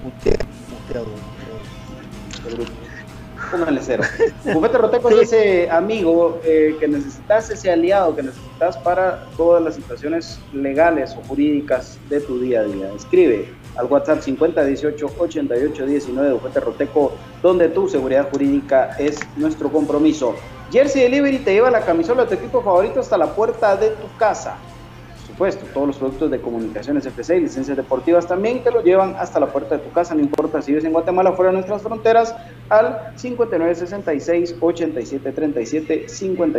Póngale cero. Bufete Roteco es ese amigo que necesitas, ese aliado que necesitas para todas las situaciones legales o jurídicas de tu día a día. Escribe al WhatsApp 5018-8819 de Bufete Roteco, donde tu seguridad jurídica es nuestro compromiso. Jersey Delivery te lleva la camisola de tu equipo favorito hasta la puerta de tu casa. Supuesto, todos los productos de Comunicaciones FC y licencias deportivas también te lo llevan hasta la puerta de tu casa, no importa si vives en Guatemala o fuera de nuestras fronteras, al 5966-8737,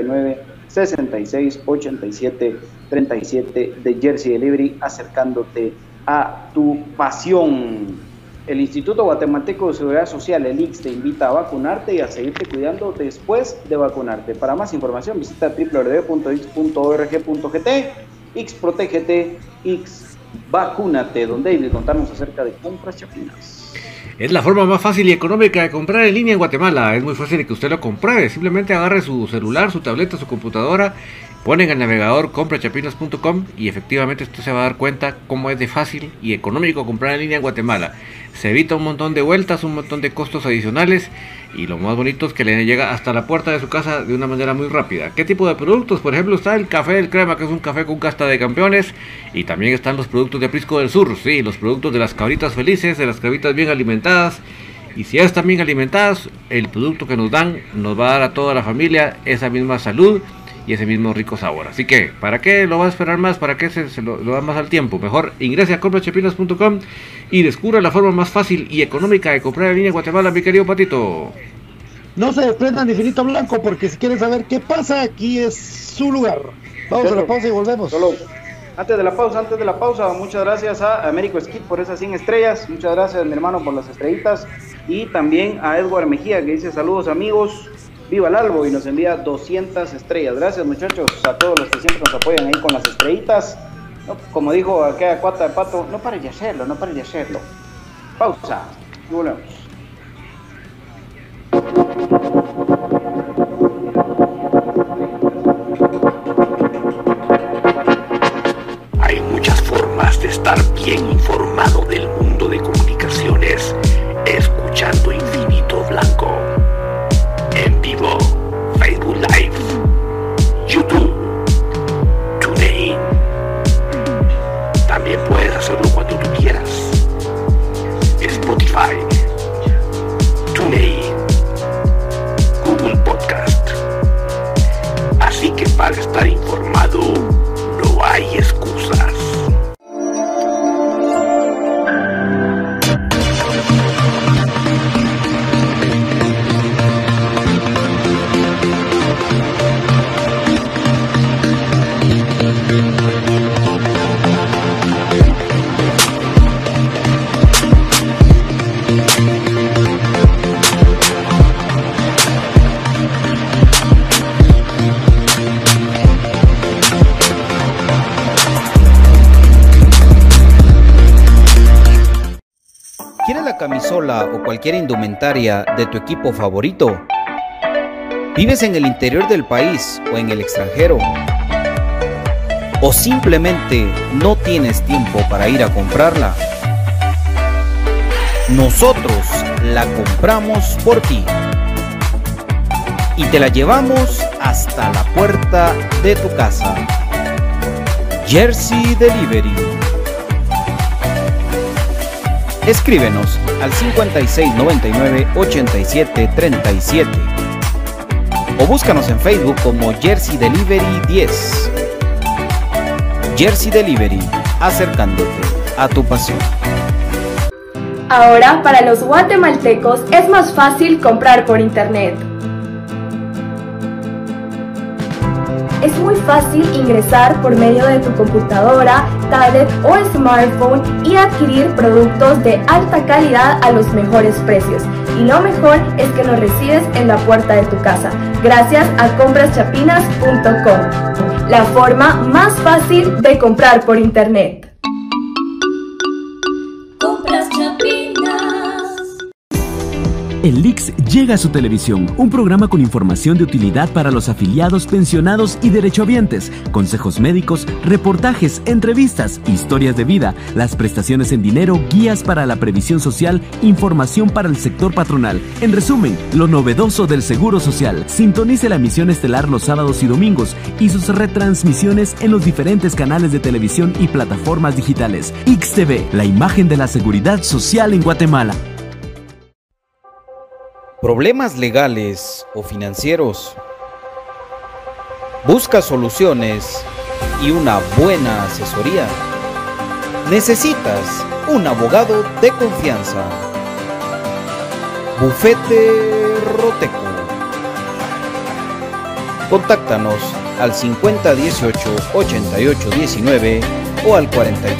5966-8737 de Jersey Delivery, acercándote a tu pasión. El Instituto Guatemalteco de Seguridad Social, el IX, te invita a vacunarte y a seguirte cuidando después de vacunarte. Para más información visita www.ix.org.gt. X Protégete, X Vacúnate. Don David, contarnos acerca de Compras Chapinas. Es la forma más fácil y económica de comprar en línea en Guatemala. Es muy fácil que usted lo compruebe. Simplemente agarre su celular, su tableta, su computadora, pone en el navegador comprachapinas.com y efectivamente usted se va a dar cuenta cómo es de fácil y económico comprar en línea en Guatemala. Se evita un montón de vueltas, un montón de costos adicionales y lo más bonito es que le llega hasta la puerta de su casa de una manera muy rápida. ¿Qué tipo de productos? Por ejemplo, está el café del Crema, que es un café con casta de campeones, y también están los productos de Prisco del Sur, sí, los productos de las cabritas felices, de las cabritas bien alimentadas. Y si ya están bien alimentadas, el producto que nos dan nos va a dar a toda la familia esa misma salud y ese mismo rico sabor. Así que, ¿para qué lo va a esperar más? ¿Para qué se lo da más al tiempo? Mejor ingrese a comprachapinas.com y descubra la forma más fácil y económica de comprar en línea en Guatemala, mi querido Patito. No se desprendan de Infinito Blanco, porque si quieren saber qué pasa, aquí es su lugar. Vamos a la pausa y volvemos. Solo antes de la pausa, muchas gracias a Américo Skip por esas 100 estrellas. Muchas gracias, mi hermano, por las estrellitas. Y también a Edward Mejía, que dice: saludos, amigos. Viva el Albo, y nos envía 200 estrellas. Gracias, muchachos, a todos los que siempre nos apoyan ahí con las estrellitas. No, como dijo aquella cuata de Pato, no pares de hacerlo. Pausa y volvemos. Hay muchas formas de estar bien informado del mundo de comunicaciones, escuchando Infinito Blanco. En vivo, Facebook Live, YouTube, TuneIn. También puedes hacerlo cuando tú quieras. Spotify, TuneIn, Google Podcast. Así que para estar informado, no hay excusas. ¿Quieres la camisola o cualquier indumentaria de tu equipo favorito? ¿Vives en el interior del país o en el extranjero? ¿O simplemente no tienes tiempo para ir a comprarla? Nosotros la compramos por ti y te la llevamos hasta la puerta de tu casa. Jersey Delivery. Escríbenos al 5699-8737 o búscanos en Facebook como Jersey Delivery 10. Jersey Delivery, acercándote a tu pasión. Ahora, para los guatemaltecos es más fácil comprar por internet. fácil ingresar por medio de tu computadora, tablet o smartphone y adquirir productos de alta calidad a los mejores precios. Y lo mejor es que los recibes en la puerta de tu casa, gracias a compraschapinas.com, la forma más fácil de comprar por internet. Compras Chapinas. El Lix llega a su televisión, un programa con información de utilidad para los afiliados, pensionados y derechohabientes, consejos médicos, reportajes, entrevistas, historias de vida, las prestaciones en dinero, guías para la previsión social, información para el sector patronal. En resumen, lo novedoso del Seguro Social. Sintonice la emisión estelar los sábados y domingos y sus retransmisiones en los diferentes canales de televisión y plataformas digitales. XTV, la imagen de la seguridad social en Guatemala. ¿Problemas legales o financieros? ¿Buscas soluciones y una buena asesoría? Necesitas un abogado de confianza. Bufete Roteco. Contáctanos al 5018-8819 o al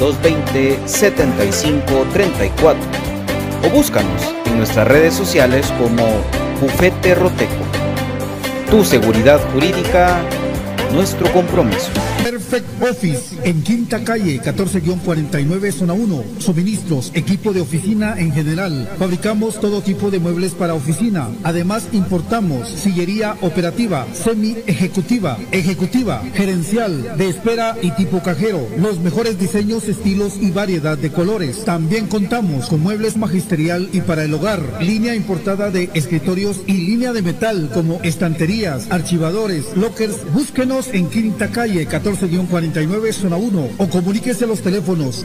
4220-7534 o búscanos en nuestras redes sociales como Bufete Roteco. Tu seguridad jurídica, nuestro compromiso. Perfect Office en Quinta Calle 14-49 Zona 1. Suministros, equipo de oficina en general. Fabricamos todo tipo de muebles para oficina. Además importamos sillería operativa, semi-ejecutiva, ejecutiva, gerencial, de espera y tipo cajero. Los mejores diseños, estilos y variedad de colores. También contamos con muebles magisterial y para el hogar. Línea importada de escritorios y línea de metal como estanterías, archivadores, lockers. Búsquenos en Quinta Calle 14-49 Zona 1 o comuníquese a los teléfonos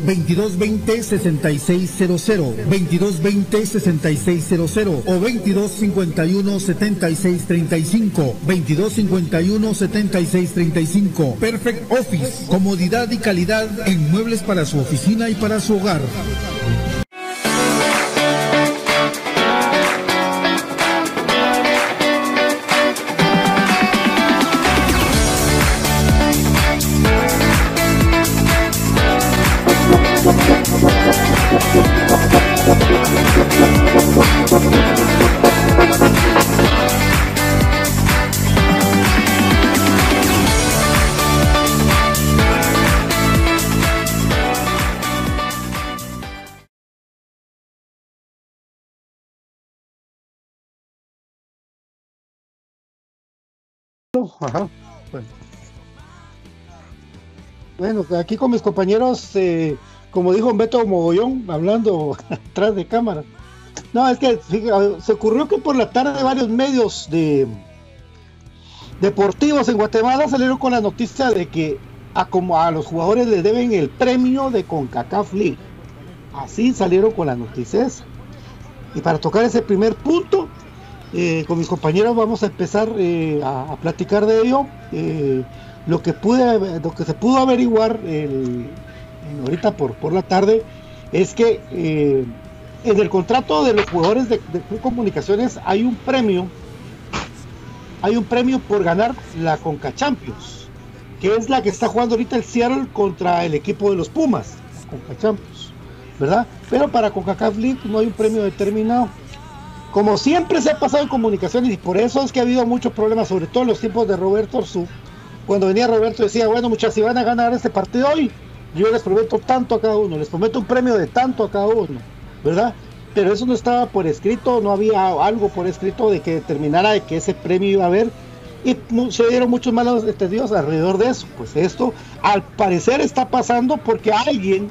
2220-6600, 2220-6600 o 2251-7635, 2251-7635. Perfect Office, comodidad y calidad en muebles para su oficina y para su hogar. Ajá. Bueno, aquí con mis compañeros, como dijo Beto Mogollón, hablando atrás de cámara. No, es que se ocurrió que por la tarde varios medios deportivos en Guatemala salieron con la noticia de que como a los jugadores les deben el premio de CONCACAF League. Así salieron con las noticias. Y para tocar ese primer punto, con mis compañeros vamos a empezar a platicar de ello. Lo que se pudo averiguar ahorita por la tarde es que en el contrato de los jugadores de Comunicaciones hay un premio por ganar la Conca Champions, que es la que está jugando ahorita el Seattle contra el equipo de los Pumas, la Conca Champions, ¿verdad? Pero para CONCACAF League no hay un premio determinado. Como siempre se ha pasado en Comunicaciones, y por eso es que ha habido muchos problemas, sobre todo en los tiempos de Roberto Arzú. Cuando venía Roberto decía, bueno muchachos, si van a ganar este partido hoy, yo les prometo tanto a cada uno, les prometo un premio de tanto a cada uno, ¿verdad? Pero eso no estaba por escrito, no había algo por escrito de que determinara de que ese premio iba a haber, y se dieron muchos malos entendidos alrededor de eso. Pues esto al parecer está pasando porque alguien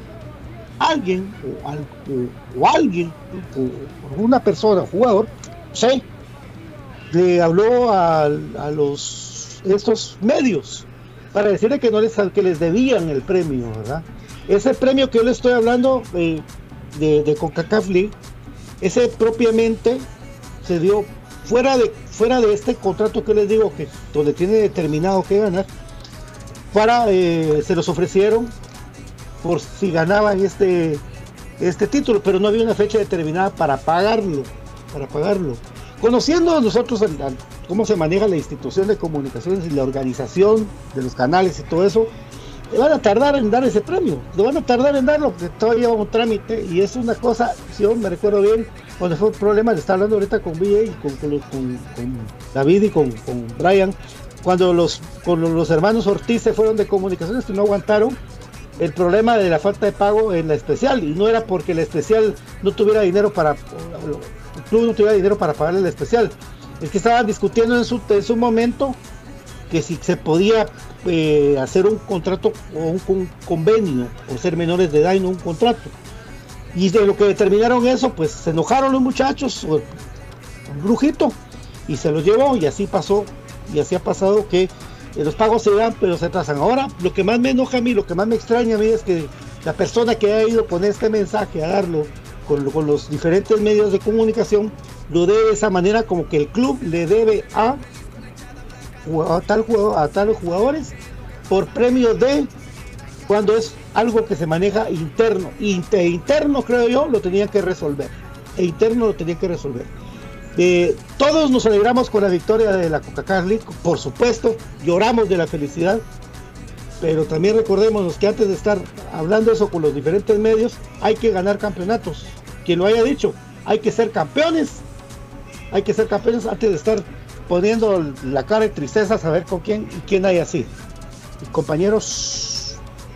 o una persona, jugador, sí, le habló a estos medios para decirle que que les debían el premio, ¿verdad? Ese premio que yo le estoy hablando de CONCACAF League, ese propiamente se dio fuera de este contrato que les digo, que donde tiene determinado que ganar, se los ofrecieron por si ganaban este título, pero no había una fecha determinada para pagarlo. Conociendo nosotros cómo se maneja la institución de comunicaciones y la organización de los canales y todo eso, le van a tardar en dar ese premio, le van a tardar en darlo, porque todavía lleva un trámite, y es una cosa, si yo me recuerdo bien, cuando fue un problema, le estaba hablando ahorita con VA y con David y con Brian, cuando los hermanos Ortiz se fueron de comunicaciones y no aguantaron el problema de la falta de pago en la especial, y no era porque la especial no tuviera dinero el club no tuviera dinero para pagarle la especial, es que estaban discutiendo en su momento que si se podía hacer un contrato o un convenio, o ser menores de edad y no un contrato, y de lo que determinaron eso, pues se enojaron los muchachos, un brujito, y se los llevó, y así pasó, y así ha pasado que los pagos se dan pero se atrasan. Ahora, lo que más me enoja a mí, lo que más me extraña a mí es que la persona que ha ido con este mensaje a darlo con los diferentes medios de comunicación, lo dé de esa manera, como que el club le debe a tales jugadores por premios de, cuando es algo que se maneja interno, interno creo yo, lo tenían que resolver, todos nos alegramos con la victoria de la Coca-Cola League, por supuesto, lloramos de la felicidad, pero también recordémonos que antes de estar hablando eso con los diferentes medios, hay que ganar campeonatos. Quien lo haya dicho, hay que ser campeones antes de estar poniendo la cara de tristeza a saber con quién y quién hay así. Y compañeros.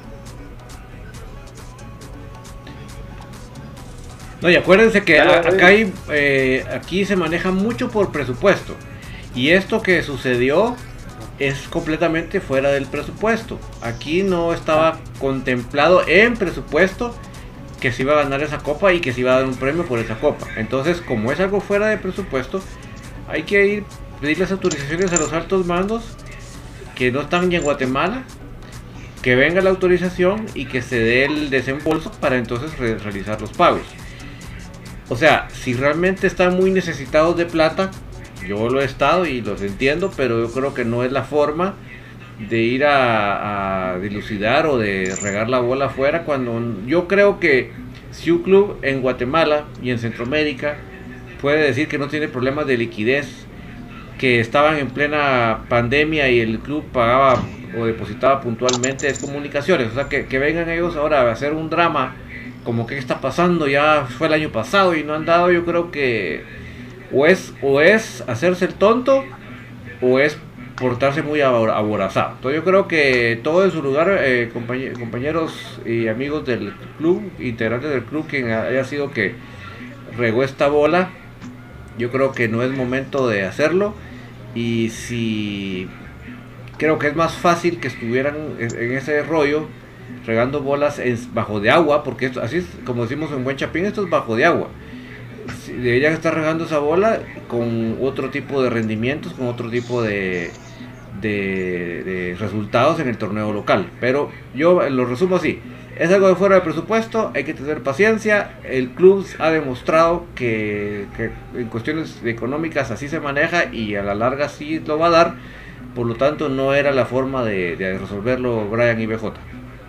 No, y acuérdense que acá aquí se maneja mucho por presupuesto, y esto que sucedió es completamente fuera del presupuesto. Aquí no estaba contemplado en presupuesto que se iba a ganar esa copa y que se iba a dar un premio por esa copa. Entonces, como es algo fuera de presupuesto, hay que pedir las autorizaciones a los altos mandos que no están ni en Guatemala, que venga la autorización y que se dé el desembolso para entonces realizar los pagos. O sea, si realmente están muy necesitados de plata, yo lo he estado y los entiendo, pero yo creo que no es la forma de ir a dilucidar o de regar la bola afuera, cuando yo creo que si un club en Guatemala y en Centroamérica puede decir que no tiene problemas de liquidez, que estaban en plena pandemia y el club pagaba o depositaba puntualmente, es Comunicaciones. O sea, que vengan ellos ahora a hacer un drama como que está pasando, ya fue el año pasado y no han dado. Yo creo que o es hacerse el tonto o es portarse muy aborazado. Entonces yo creo que todo en su lugar, compañeros y amigos del club, integrantes del club, quien haya sido que regó esta bola, yo creo que no es momento de hacerlo. Y si creo que es más fácil que estuvieran en ese rollo regando bolas bajo de agua, porque esto, así es como decimos en buen chapín, esto es bajo de agua. Deberían estar regando esa bola con otro tipo de rendimientos, con otro tipo de resultados en el torneo local. Pero yo lo resumo así: es algo de fuera de presupuesto, hay que tener paciencia. El club ha demostrado que en cuestiones económicas así se maneja y a la larga sí lo va a dar. Por lo tanto, no era la forma de resolverlo Brian y BJ.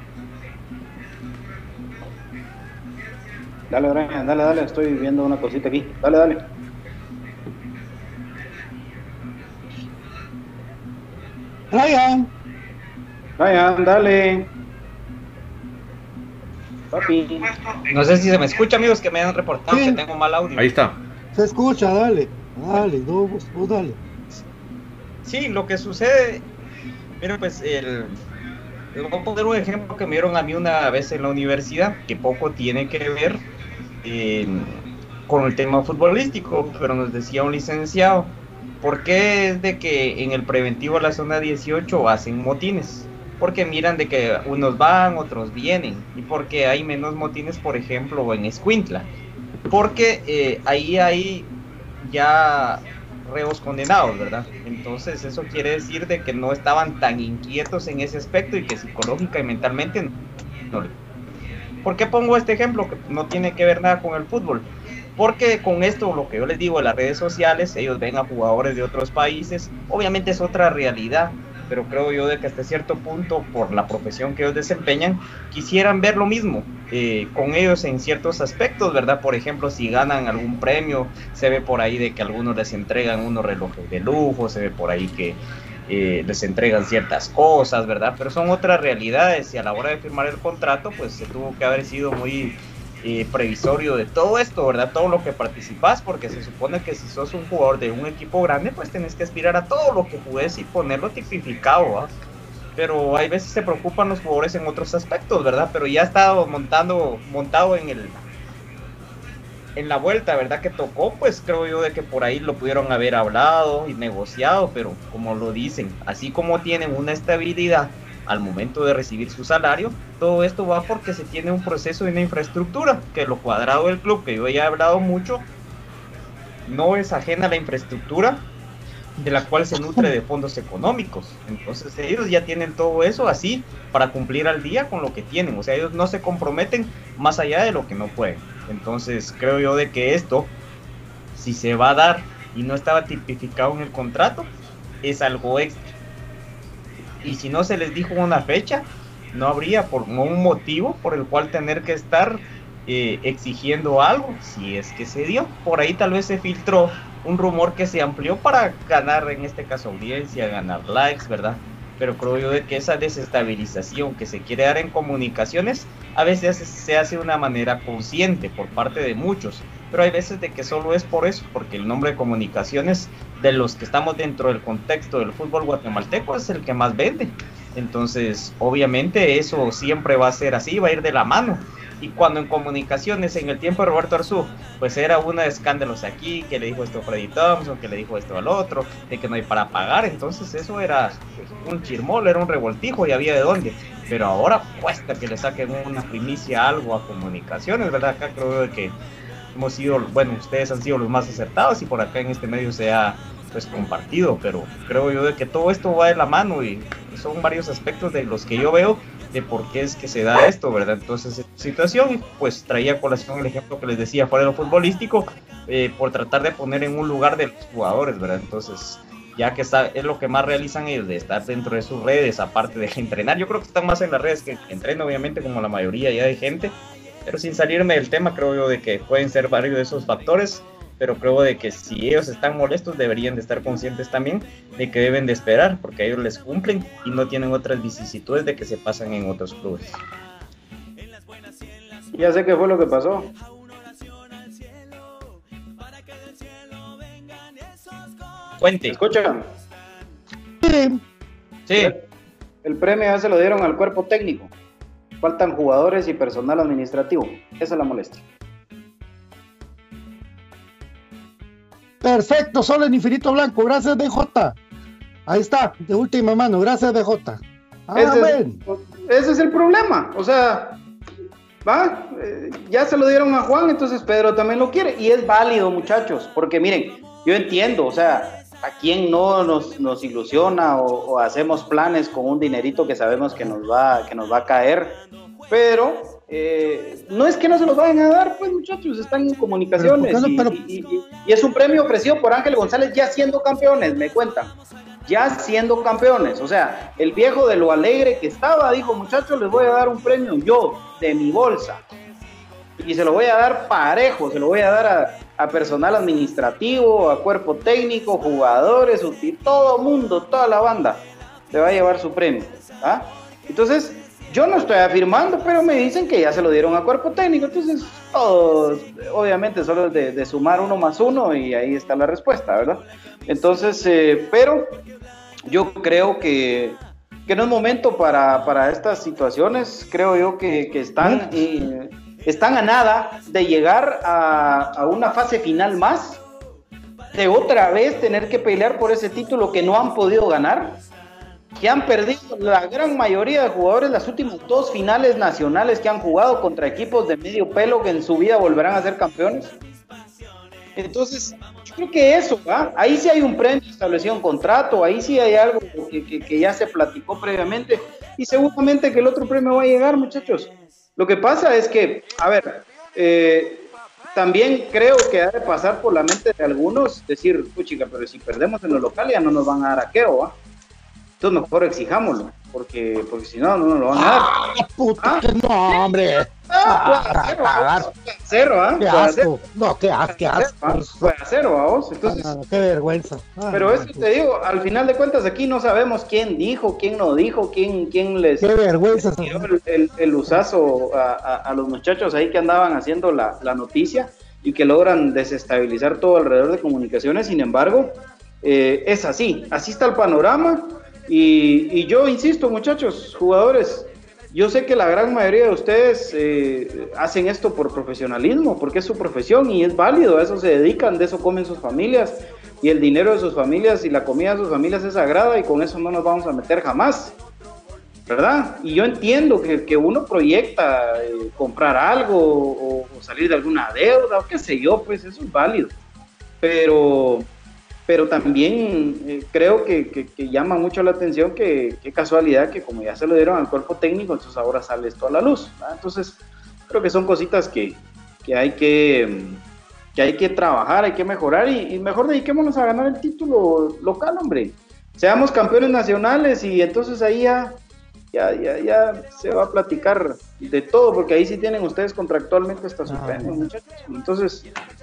Dale, Brian, dale, estoy viendo una cosita aquí. Dale. Brian, dale. Papi. No sé si se me escucha, amigos, que me han reportado que tengo mal audio. Ahí está. Se escucha, dale, vos dale. Sí, lo que sucede, miren, pues les voy a poner un ejemplo que me dieron a mí una vez en la universidad, que poco tiene que ver con el tema futbolístico, pero nos decía un licenciado: ¿por qué es de que en el preventivo a la zona 18 hacen motines? Porque miran de que unos van, otros vienen, y porque hay menos motines, por ejemplo, en Escuintla, porque ahí hay ya reos condenados, ¿verdad? Entonces eso quiere decir de que no estaban tan inquietos en ese aspecto y que psicológica y mentalmente no. ¿Por qué pongo este ejemplo que no tiene que ver nada con el fútbol? Porque con esto, lo que yo les digo, en las redes sociales, ellos ven a jugadores de otros países, obviamente es otra realidad, pero creo yo de que hasta cierto punto, por la profesión que ellos desempeñan, quisieran ver lo mismo con ellos en ciertos aspectos, ¿verdad? Por ejemplo, si ganan algún premio, se ve por ahí de que algunos les entregan unos relojes de lujo, se ve por ahí que les entregan ciertas cosas, ¿verdad? Pero son otras realidades, y a la hora de firmar el contrato, pues se tuvo que haber sido muy previsorio de todo esto, ¿verdad? Todo lo que participas, porque se supone que si sos un jugador de un equipo grande, pues tenés que aspirar a todo lo que jugues y ponerlo tipificado, ¿verdad? Pero hay veces se preocupan los jugadores en otros aspectos, ¿verdad? Pero ya está montado en la vuelta, ¿verdad? Que tocó, pues creo yo de que por ahí lo pudieron haber hablado y negociado, pero como lo dicen, así como tienen una estabilidad al momento de recibir su salario, todo esto va porque se tiene un proceso y una infraestructura, que lo cuadrado del club, que yo ya he hablado mucho, no es ajena a la infraestructura de la cual se nutre de fondos económicos. Entonces ellos ya tienen todo eso así para cumplir al día con lo que tienen, o sea, ellos no se comprometen más allá de lo que no pueden. Entonces creo yo de que esto, si se va a dar y no estaba tipificado en el contrato, es algo extra. Y si no se les dijo una fecha, no habría un motivo por el cual tener que estar exigiendo algo, si es que se dio. Por ahí tal vez se filtró un rumor que se amplió para ganar, en este caso, audiencia, ganar likes, ¿verdad? Pero creo yo de que esa desestabilización que se quiere dar en comunicaciones, a veces se hace de una manera consciente por parte de muchos, pero hay veces de que solo es por eso, porque el nombre de comunicaciones de los que estamos dentro del contexto del fútbol guatemalteco es el que más vende. Entonces, obviamente eso siempre va a ser así, va a ir de la mano. Y cuando en comunicaciones, en el tiempo de Roberto Arzú, pues era uno de escándalos aquí, que le dijo esto a Freddy Thompson, que le dijo esto al otro, de que no hay para pagar, entonces eso era un chirmol, era un revoltijo y había de dónde. Pero ahora cuesta que le saquen una primicia algo a comunicaciones, ¿verdad? Acá creo que hemos sido, bueno, ustedes han sido los más acertados y por acá en este medio se ha pues compartido, pero creo yo de que todo esto va de la mano y son varios aspectos de los que yo veo de por qué es que se da esto, ¿verdad? Entonces, situación, pues traía a colación el ejemplo que les decía fuera de lo futbolístico, por tratar de poner en un lugar de los jugadores, ¿verdad? Entonces, ya que es lo que más realizan ellos, de estar dentro de sus redes, aparte de entrenar, yo creo que están más en las redes que entrenan, obviamente, como la mayoría ya de gente, pero sin salirme del tema, creo yo de que pueden ser varios de esos factores, pero creo de que si ellos están molestos deberían de estar conscientes también de que deben de esperar, porque a ellos les cumplen y no tienen otras vicisitudes de que se pasan en otros clubes. Ya sé qué fue lo que pasó. Cuente. ¿Escuchan? Sí. El premio ya se lo dieron al cuerpo técnico. Faltan jugadores y personal administrativo. Esa es la molestia. Perfecto, solo en infinito blanco. Gracias, DJ. Ahí está, de última mano. Gracias, DJ. Ese es el problema. O sea, va, ya se lo dieron a Juan, entonces Pedro también lo quiere. Y es válido, muchachos, porque miren, yo entiendo, o sea, a quién no nos ilusiona o hacemos planes con un dinerito que sabemos que nos va a caer, pero no es que no se los vayan a dar, pues muchachos, están en comunicaciones y es un premio ofrecido por Ángel González ya siendo campeones, me cuentan, ya siendo campeones, o sea, el viejo de lo alegre que estaba dijo, muchachos, les voy a dar un premio yo, de mi bolsa, y se lo voy a dar parejo, se lo voy a dar a personal administrativo, a cuerpo técnico, jugadores, todo mundo, toda la banda se va a llevar su premio, ¿ah? Entonces, yo no estoy afirmando, pero me dicen que ya se lo dieron a cuerpo técnico, entonces todos, obviamente solo es de sumar 1 más 1 y ahí está la respuesta, ¿verdad? Entonces, pero yo creo que no es momento para estas situaciones, creo yo que están a nada de llegar a una fase final más, de otra vez tener que pelear por ese título que no han podido ganar, que han perdido la gran mayoría de jugadores las últimas 2 finales nacionales que han jugado contra equipos de medio pelo que en su vida volverán a ser campeones. Entonces, yo creo que eso, ¿va? Ahí sí hay un premio establecido en contrato, ahí sí hay algo que ya se platicó previamente y seguramente que el otro premio va a llegar, muchachos. Lo que pasa es que, a ver, también creo que ha de pasar por la mente de algunos decir, puchica, pero si perdemos en los locales ya no nos van a dar aqueo, ¿va? Entonces mejor exijámoslo, porque si no, no nos lo van a dar. Puta, no, hombre. Cero, ¿ah? Qué asco. No, qué asco. Puede cero, vamos. Entonces, qué vergüenza. Pero eso te digo, al final de cuentas aquí no sabemos quién dijo, quién no dijo, quién les qué vergüenza tiró el usazo a los muchachos ahí que andaban haciendo la noticia y que logran desestabilizar todo alrededor de comunicaciones. Sin embargo, es así está el panorama. Y yo insisto, muchachos, jugadores, yo sé que la gran mayoría de ustedes hacen esto por profesionalismo, porque es su profesión y es válido, a eso se dedican, de eso comen sus familias, y el dinero de sus familias y la comida de sus familias es sagrada, y con eso no nos vamos a meter jamás, ¿verdad? Y yo entiendo que uno proyecta comprar algo o salir de alguna deuda, o qué sé yo, pues eso es válido, pero también creo que llama mucho la atención que qué casualidad que como ya se lo dieron al cuerpo técnico, entonces ahora sale esto a la luz, ¿verdad? Entonces creo que son cositas que hay que trabajar, hay que mejorar y mejor dediquémonos a ganar el título local, hombre. Seamos campeones nacionales y entonces ahí ya se va a platicar de todo, porque ahí sí tienen ustedes contractualmente hasta su premio, muchachos. Entonces,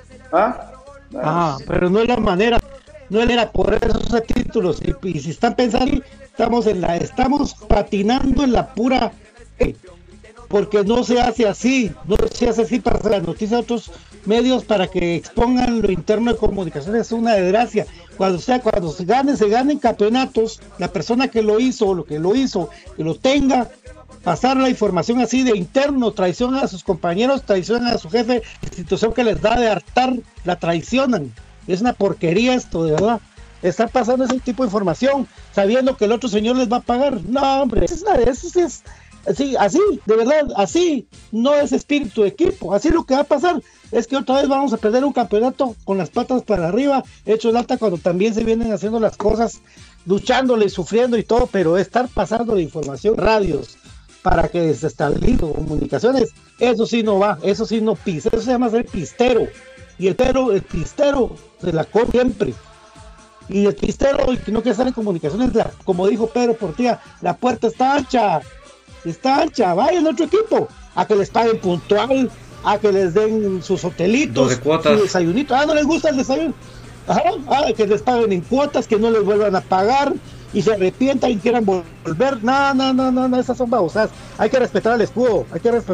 pero no es la manera. No era por esos títulos y si están pensando, estamos patinando en la pura, porque no se hace así para hacer las noticias de otros medios para que expongan lo interno de comunicación. Es una desgracia. Cuando se ganen campeonatos, la persona que lo hizo, que lo tenga, pasar la información así de interno, traición a sus compañeros, traición a su jefe, institución que les da de hartar, la traicionan. Es una porquería esto, de verdad. Estar pasando ese tipo de información, sabiendo que el otro señor les va a pagar. No, hombre, eso es así, de verdad, así no es espíritu de equipo. Así lo que va a pasar es que otra vez vamos a perder un campeonato con las patas para arriba, hecho el alta, cuando también se vienen haciendo las cosas, luchándole, sufriendo y todo, pero estar pasando de información, radios, para que desestabilice comunicaciones, eso sí no va, eso sí no pisa, eso se llama ser pistero. Y el pistero se la come siempre. Y el pistero que no quiere estar en comunicaciones, como dijo Pedro Portilla, la puerta está ancha, vaya el otro equipo, a que les paguen puntual, a que les den sus hotelitos, su desayunito, no les gusta el desayuno, que les paguen en cuotas, que no les vuelvan a pagar, y se arrepientan y quieran volver. No, esas son babosadas. Hay que respetar al escudo,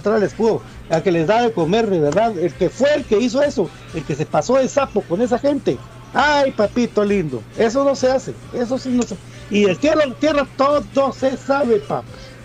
al que les da de comer, de verdad, el que fue el que hizo eso, el que se pasó de sapo con esa gente. Ay, papito lindo, eso no se hace, eso sí no se. Y el tierra todo se sabe, papá.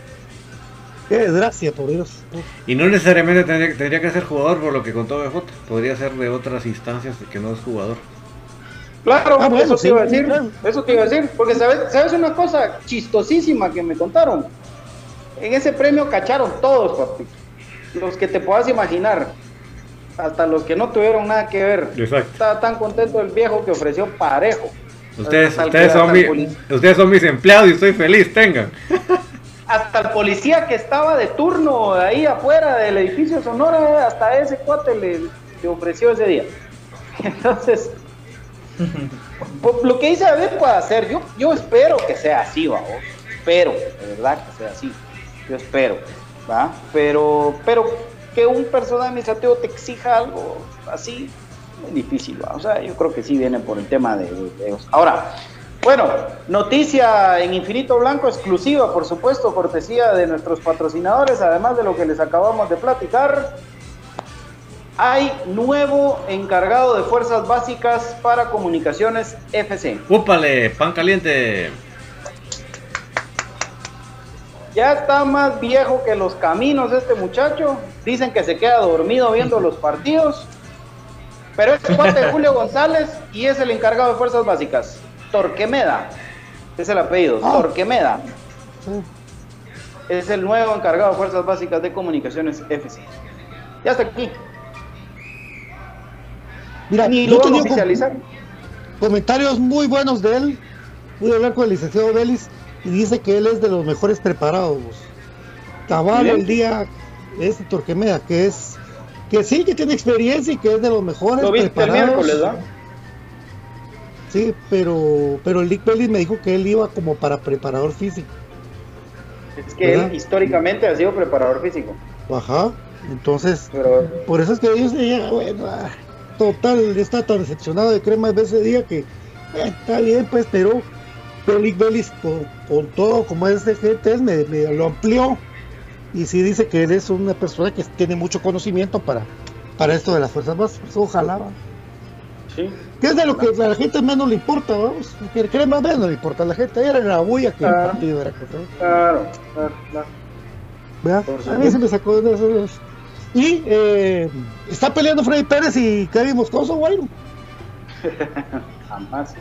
Qué desgracia, por Dios. Y no necesariamente tendría que ser jugador, por lo que contó BJ, podría ser de otras instancias que no es jugador. Claro, bueno, eso te iba a decir, porque ¿sabes una cosa chistosísima que me contaron? En ese premio cacharon todos, papito, los que te puedas imaginar, hasta los que no tuvieron nada que ver. Exacto. Estaba tan contento el viejo que ofreció parejo. Ustedes son mis empleados y estoy feliz, tengan. Hasta el policía que estaba de turno ahí afuera del edificio Sonora, hasta ese cuate le ofreció ese día. Entonces, lo que dice David puede hacer, yo espero que sea así, ¿va? Espero, de verdad que sea así, yo espero, ¿va? Pero que un personal administrativo te exija algo así, es difícil, ¿va? O sea, yo creo que sí viene por el tema de ellos. Ahora, bueno, noticia en Infinito Blanco exclusiva, por supuesto, cortesía de nuestros patrocinadores, además de lo que les acabamos de platicar. Hay nuevo encargado de fuerzas básicas para Comunicaciones FC. ¡Úpale! ¡Pan caliente! Ya está más viejo que los caminos este muchacho. Dicen que se queda dormido viendo los partidos. Pero es cuate de Julio González y es el encargado de fuerzas básicas. Torquemeda. Es el apellido. Torquemeda. Es el nuevo encargado de fuerzas básicas de Comunicaciones FC. Ya está aquí. Mira, ni yo lo tenía oficializar. Comentarios muy buenos de él. Pude hablar con el licenciado Vélez y dice que él es de los mejores preparados. Cabal el día de Torquemeda, que sí, que tiene experiencia y que es de los mejores lo viste preparados. El miércoles, ¿no? Sí, pero el Nick Bellis me dijo que él iba como para preparador físico. Es que él históricamente ha sido preparador físico. Ajá, entonces, Pero por eso es que yo decía, bueno, total, está tan decepcionado de Cremas de ese día que está bien, pues, pero Nick Bellis con todo como es de gente me lo amplió y sí dice que él es una persona que tiene mucho conocimiento para esto de las fuerzas básicas, pues, ojalá, ¿va? sí. Que es de lo que a la gente menos le importa, vamos, que Cremas menos le importa a la gente, era la bulla que el partido era contra él. Claro. ¿Verdad? A mí se me sacó de esos. Y está peleando Freddy Pérez y Kevin Moscoso, bueno. Jamás.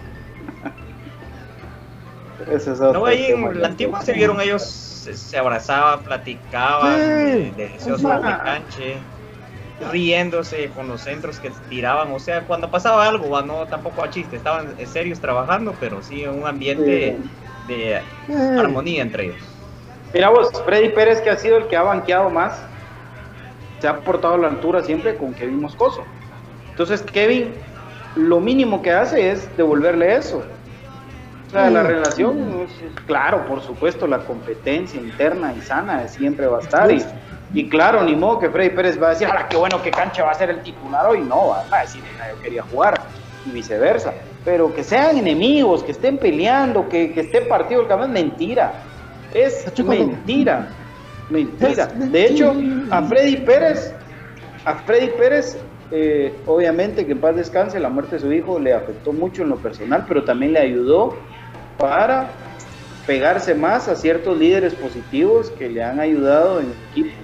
Ese es otro No, ahí tema. en la antigua se vieron ellos, se abrazaban, platicaban, deliciosos de canche, riéndose con los centros que tiraban, o sea, cuando pasaba algo, no tampoco a chiste, estaban serios trabajando, pero sí en un ambiente de armonía entre ellos. Mira vos, Freddy Pérez, que ha sido el que ha banqueado más, se ha portado a la altura siempre con Kevin Moscoso. Entonces Kevin, lo mínimo que hace es devolverle eso. O sea, la relación, claro, por supuesto, la competencia interna y sana siempre va a estar. Y claro, ni modo que Freddy Pérez va a decir, ¡ah, qué bueno que Cancha va a ser el titular hoy! No, va a decir, yo quería jugar, y viceversa. Pero que sean enemigos, que estén peleando, que esté partido el campeón, mentira. Es mentira. Mentira. De hecho, a Freddy Pérez, obviamente que en paz descanse, la muerte de su hijo le afectó mucho en lo personal, pero también le ayudó para pegarse más a ciertos líderes positivos que le han ayudado en el equipo.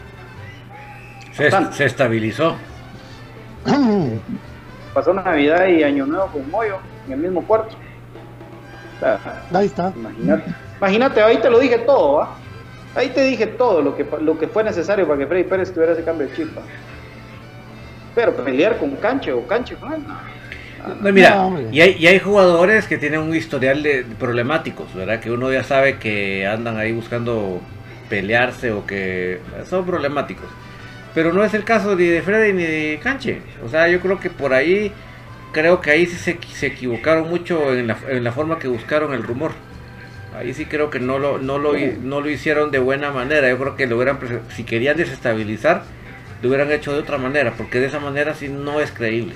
Se estabilizó. Pasó Navidad y Año Nuevo con Moyo en el mismo cuarto. O sea, ahí está. Imagínate, ahí te lo dije todo, ¿va? Ahí te dije todo lo que fue necesario para que Freddy Pérez tuviera ese cambio de chip, ¿va? Pero pelear con Canche con él, no, mira, y hay jugadores que tienen un historial de problemáticos, ¿verdad? Que uno ya sabe que andan ahí buscando pelearse o que son problemáticos. Pero no es el caso ni de Freddy ni de Canche. O sea, yo creo que por ahí, sí se equivocaron mucho en la forma que buscaron el rumor. Ahí sí creo que no lo hicieron de buena manera. Yo creo que si querían desestabilizar, lo hubieran hecho de otra manera, porque de esa manera sí no es creíble.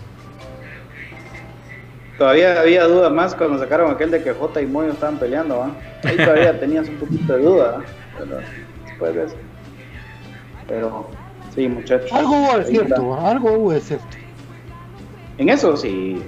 Todavía había duda más cuando sacaron aquel de que Jota y Moyo estaban peleando, ¿va? Ahí todavía tenías un poquito de duda, ¿va? Pero después de eso. Pero sí, muchachos. Algo hubo de cierto. En eso sí.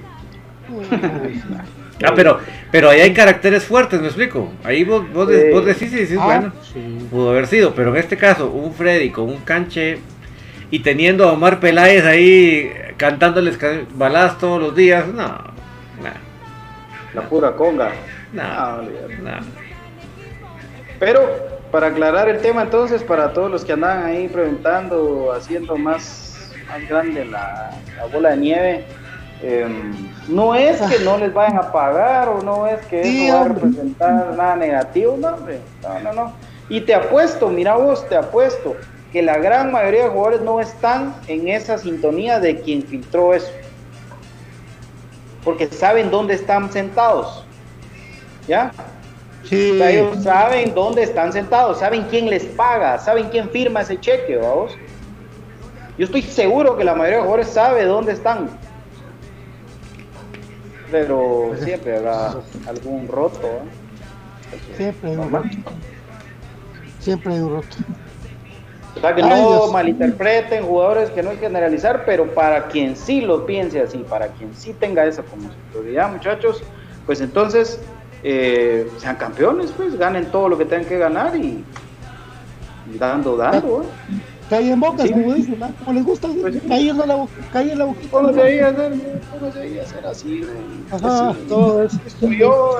Pero ahí hay caracteres fuertes, ¿me explico? Ahí vos decís y decís, bueno, pudo haber sido, pero en este caso, un Freddy con un Canche y teniendo a Omar Peláez ahí cantándoles baladas todos los días, no. La pura conga. No. Pero, para aclarar el tema entonces, para todos los que andan ahí preguntando, haciendo más grande la bola de nieve, no es que no les vayan a pagar o no es que eso va a representar nada negativo, no, hombre, no. Y te apuesto que la gran mayoría de jugadores no están en esa sintonía de quien filtró eso, porque saben dónde están sentados, ¿ya? Sí. O sea, ellos saben dónde están sentados, saben quién les paga, saben quién firma ese cheque, vamos. Yo estoy seguro que la mayoría de jugadores sabe dónde están. Pero siempre habrá algún roto, ¿eh? Siempre hay un roto. O sea, que no malinterpreten jugadores, que no hay que generalizar, pero para quien sí lo piense así, para quien sí tenga esa como su prioridad, muchachos, pues entonces sean campeones, pues ganen todo lo que tengan que ganar y dando, ¿eh? Calle en bocas, sí, como dicen, ¿no? Como les gusta, pues, calle en la boquita. ¿Cómo se debía hacer así, güey? Ajá, así, todo eso. Estudió.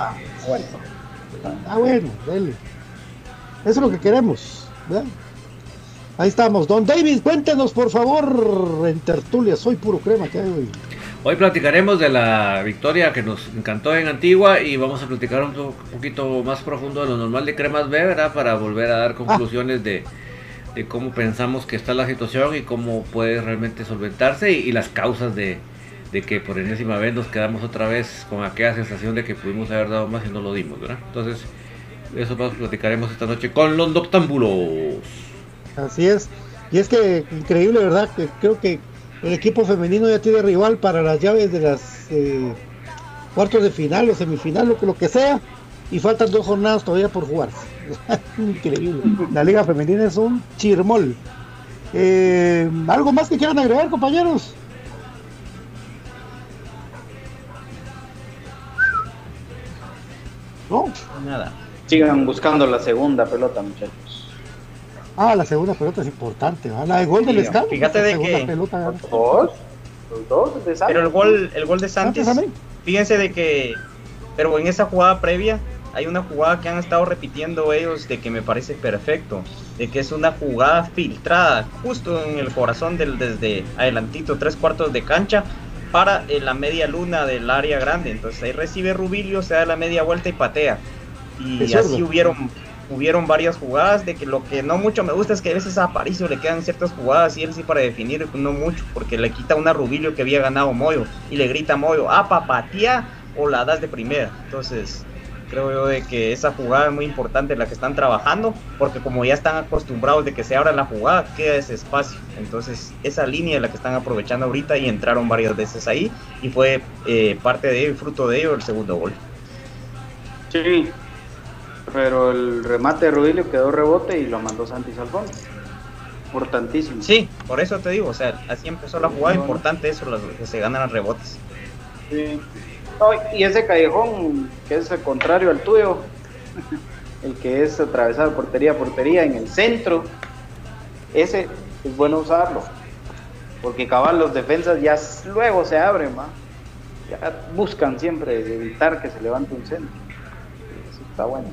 Bueno, dale. Eso es lo que queremos, ¿verdad? Ahí estamos. Don David, cuéntenos, por favor, en tertulia, soy puro crema, ¿qué hay hoy? Hoy platicaremos de la victoria que nos encantó en Antigua y vamos a platicar un poquito más profundo de lo normal de Cremas B, ¿verdad? Para volver a dar conclusiones de cómo pensamos que está la situación y cómo puede realmente solventarse y las causas de de que por enésima vez nos quedamos otra vez con aquella sensación de que pudimos haber dado más y no lo dimos, ¿verdad? Entonces, eso más platicaremos esta noche con los noctámbulos. Así es, y es que increíble, ¿verdad? Que creo que el equipo femenino ya tiene rival para las llaves de las cuartos de final o semifinal, lo que sea, y faltan 2 jornadas todavía por jugar. Increíble, la liga femenina es un chirmol. ¿Algo más que quieran agregar, compañeros? ¿No? Nada. Sigan buscando la segunda pelota, muchachos. La segunda pelota es importante, ¿verdad? La de gol del Escalo. Fíjate de que pelota, los dos de Santos. Pero el gol de Santos, fíjense de que, pero en esa jugada previa hay una jugada que han estado repitiendo ellos de que me parece perfecto, de que es una jugada filtrada justo en el corazón desde adelantito, 3/4 de cancha para la media luna del área grande. Entonces ahí recibe Rubilio, se da la media vuelta y patea. Y así hubieron varias jugadas, de que lo que no mucho me gusta es que a veces a Aparicio le quedan ciertas jugadas y él sí para definir no mucho, porque le quita una Rubilio que había ganado Moyo y le grita a Moyo, patea o la das de primera. Entonces creo yo de que esa jugada es muy importante la que están trabajando, porque como ya están acostumbrados de que se abra la jugada, queda ese espacio. Entonces esa línea es la que están aprovechando ahorita y entraron varias veces ahí y fue parte de ello y fruto de ello el segundo gol. Sí, pero el remate de Rubilio quedó rebote y lo mandó Santis al fondo. Importantísimo. Sí, por eso te digo, o sea, así empezó la jugada, importante eso, que se ganan los rebotes. Sí. Y ese callejón que es el contrario al tuyo, el que es atravesado portería a portería en el centro, ese es bueno usarlo, porque cabal los defensas ya luego se abren, ya buscan siempre evitar que se levante un centro. Eso está bueno.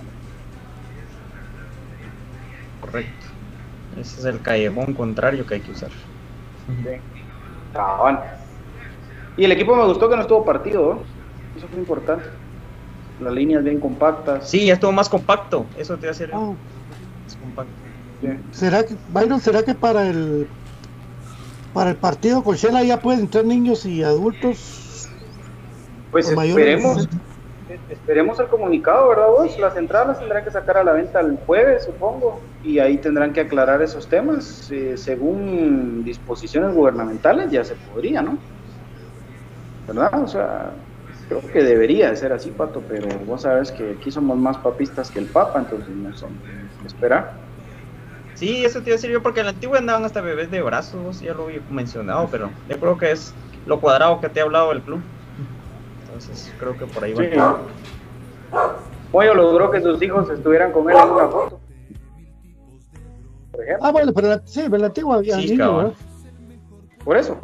Correcto, ese es el callejón contrario que hay que usar. Sí. Cabal. Y el equipo me gustó que no estuvo partido, ¿no? Eso fue importante. Las líneas bien compactas. Sí, ya estuvo más compacto. Eso te va a hacer más compacto. Bien. ¿Será que para el partido con Shela ya pueden entrar niños y adultos? Pues esperemos el comunicado, ¿verdad vos? Las entradas tendrán que sacar a la venta el jueves, supongo, y ahí tendrán que aclarar esos temas. Según disposiciones gubernamentales ya se podría, ¿no? ¿Verdad? O sea, creo que debería ser así, Pato, pero vos sabes que aquí somos más papistas que el Papa, entonces no sé, esperar. Sí, eso te iba a decir yo, porque en la antigua andaban hasta bebés de brazos, ya lo había mencionado, pero yo creo que es lo cuadrado que te ha hablado el club. Entonces creo que por ahí va. Sí. Moyo logró que sus hijos estuvieran con él en una foto, por ejemplo. Bueno, pero en la antigua había niños, ¿verdad? Por eso.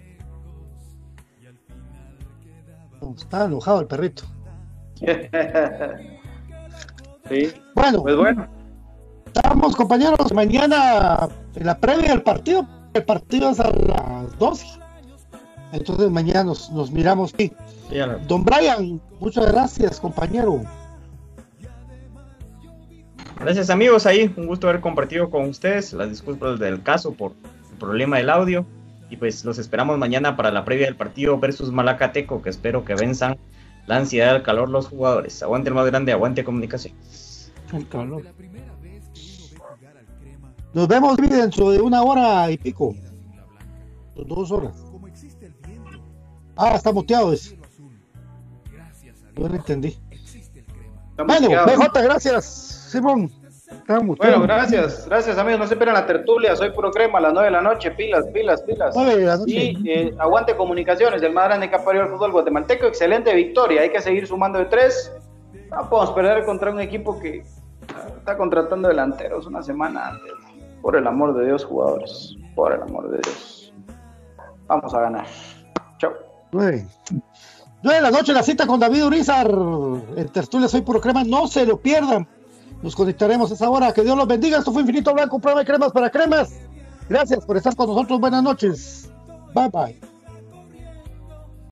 Está enojado el perrito. Sí. Bueno, pues bueno. Estamos, compañeros, mañana en la previa del partido. El partido es a las 12. Entonces mañana nos miramos aquí. Don Brian, muchas gracias, compañero. Gracias, amigos, ahí un gusto haber compartido con ustedes. Las disculpas del caso por el problema del audio. Y pues los esperamos mañana para la previa del partido versus Malacateco, que espero que venzan la ansiedad del calor los jugadores. Aguante el más grande, aguante Comunicación. El calor. Nos vemos dentro de 1 hora y pico. 2 horas. Está muteado ese. No lo entendí. Bueno, BJ, gracias, Simón. Bueno, gracias amigos, no se pierdan la tertulia, soy Puro Crema a las 9 de la noche, pilas. 9 de la noche. Y aguante Comunicaciones, el más grande que ha parido el fútbol guatemalteco, excelente victoria, hay que seguir sumando de 3, no podemos perder contra un equipo que está contratando delanteros una semana antes, por el amor de Dios, jugadores, por el amor de Dios, vamos a ganar, chao. 9 de la noche la cita con David Urizar, en tertulia soy Puro Crema, no se lo pierdan. Nos conectaremos a esa hora. Que Dios los bendiga. Esto fue Infinito Blanco, prueba de cremas para cremas. Gracias por estar con nosotros. Buenas noches. Bye bye.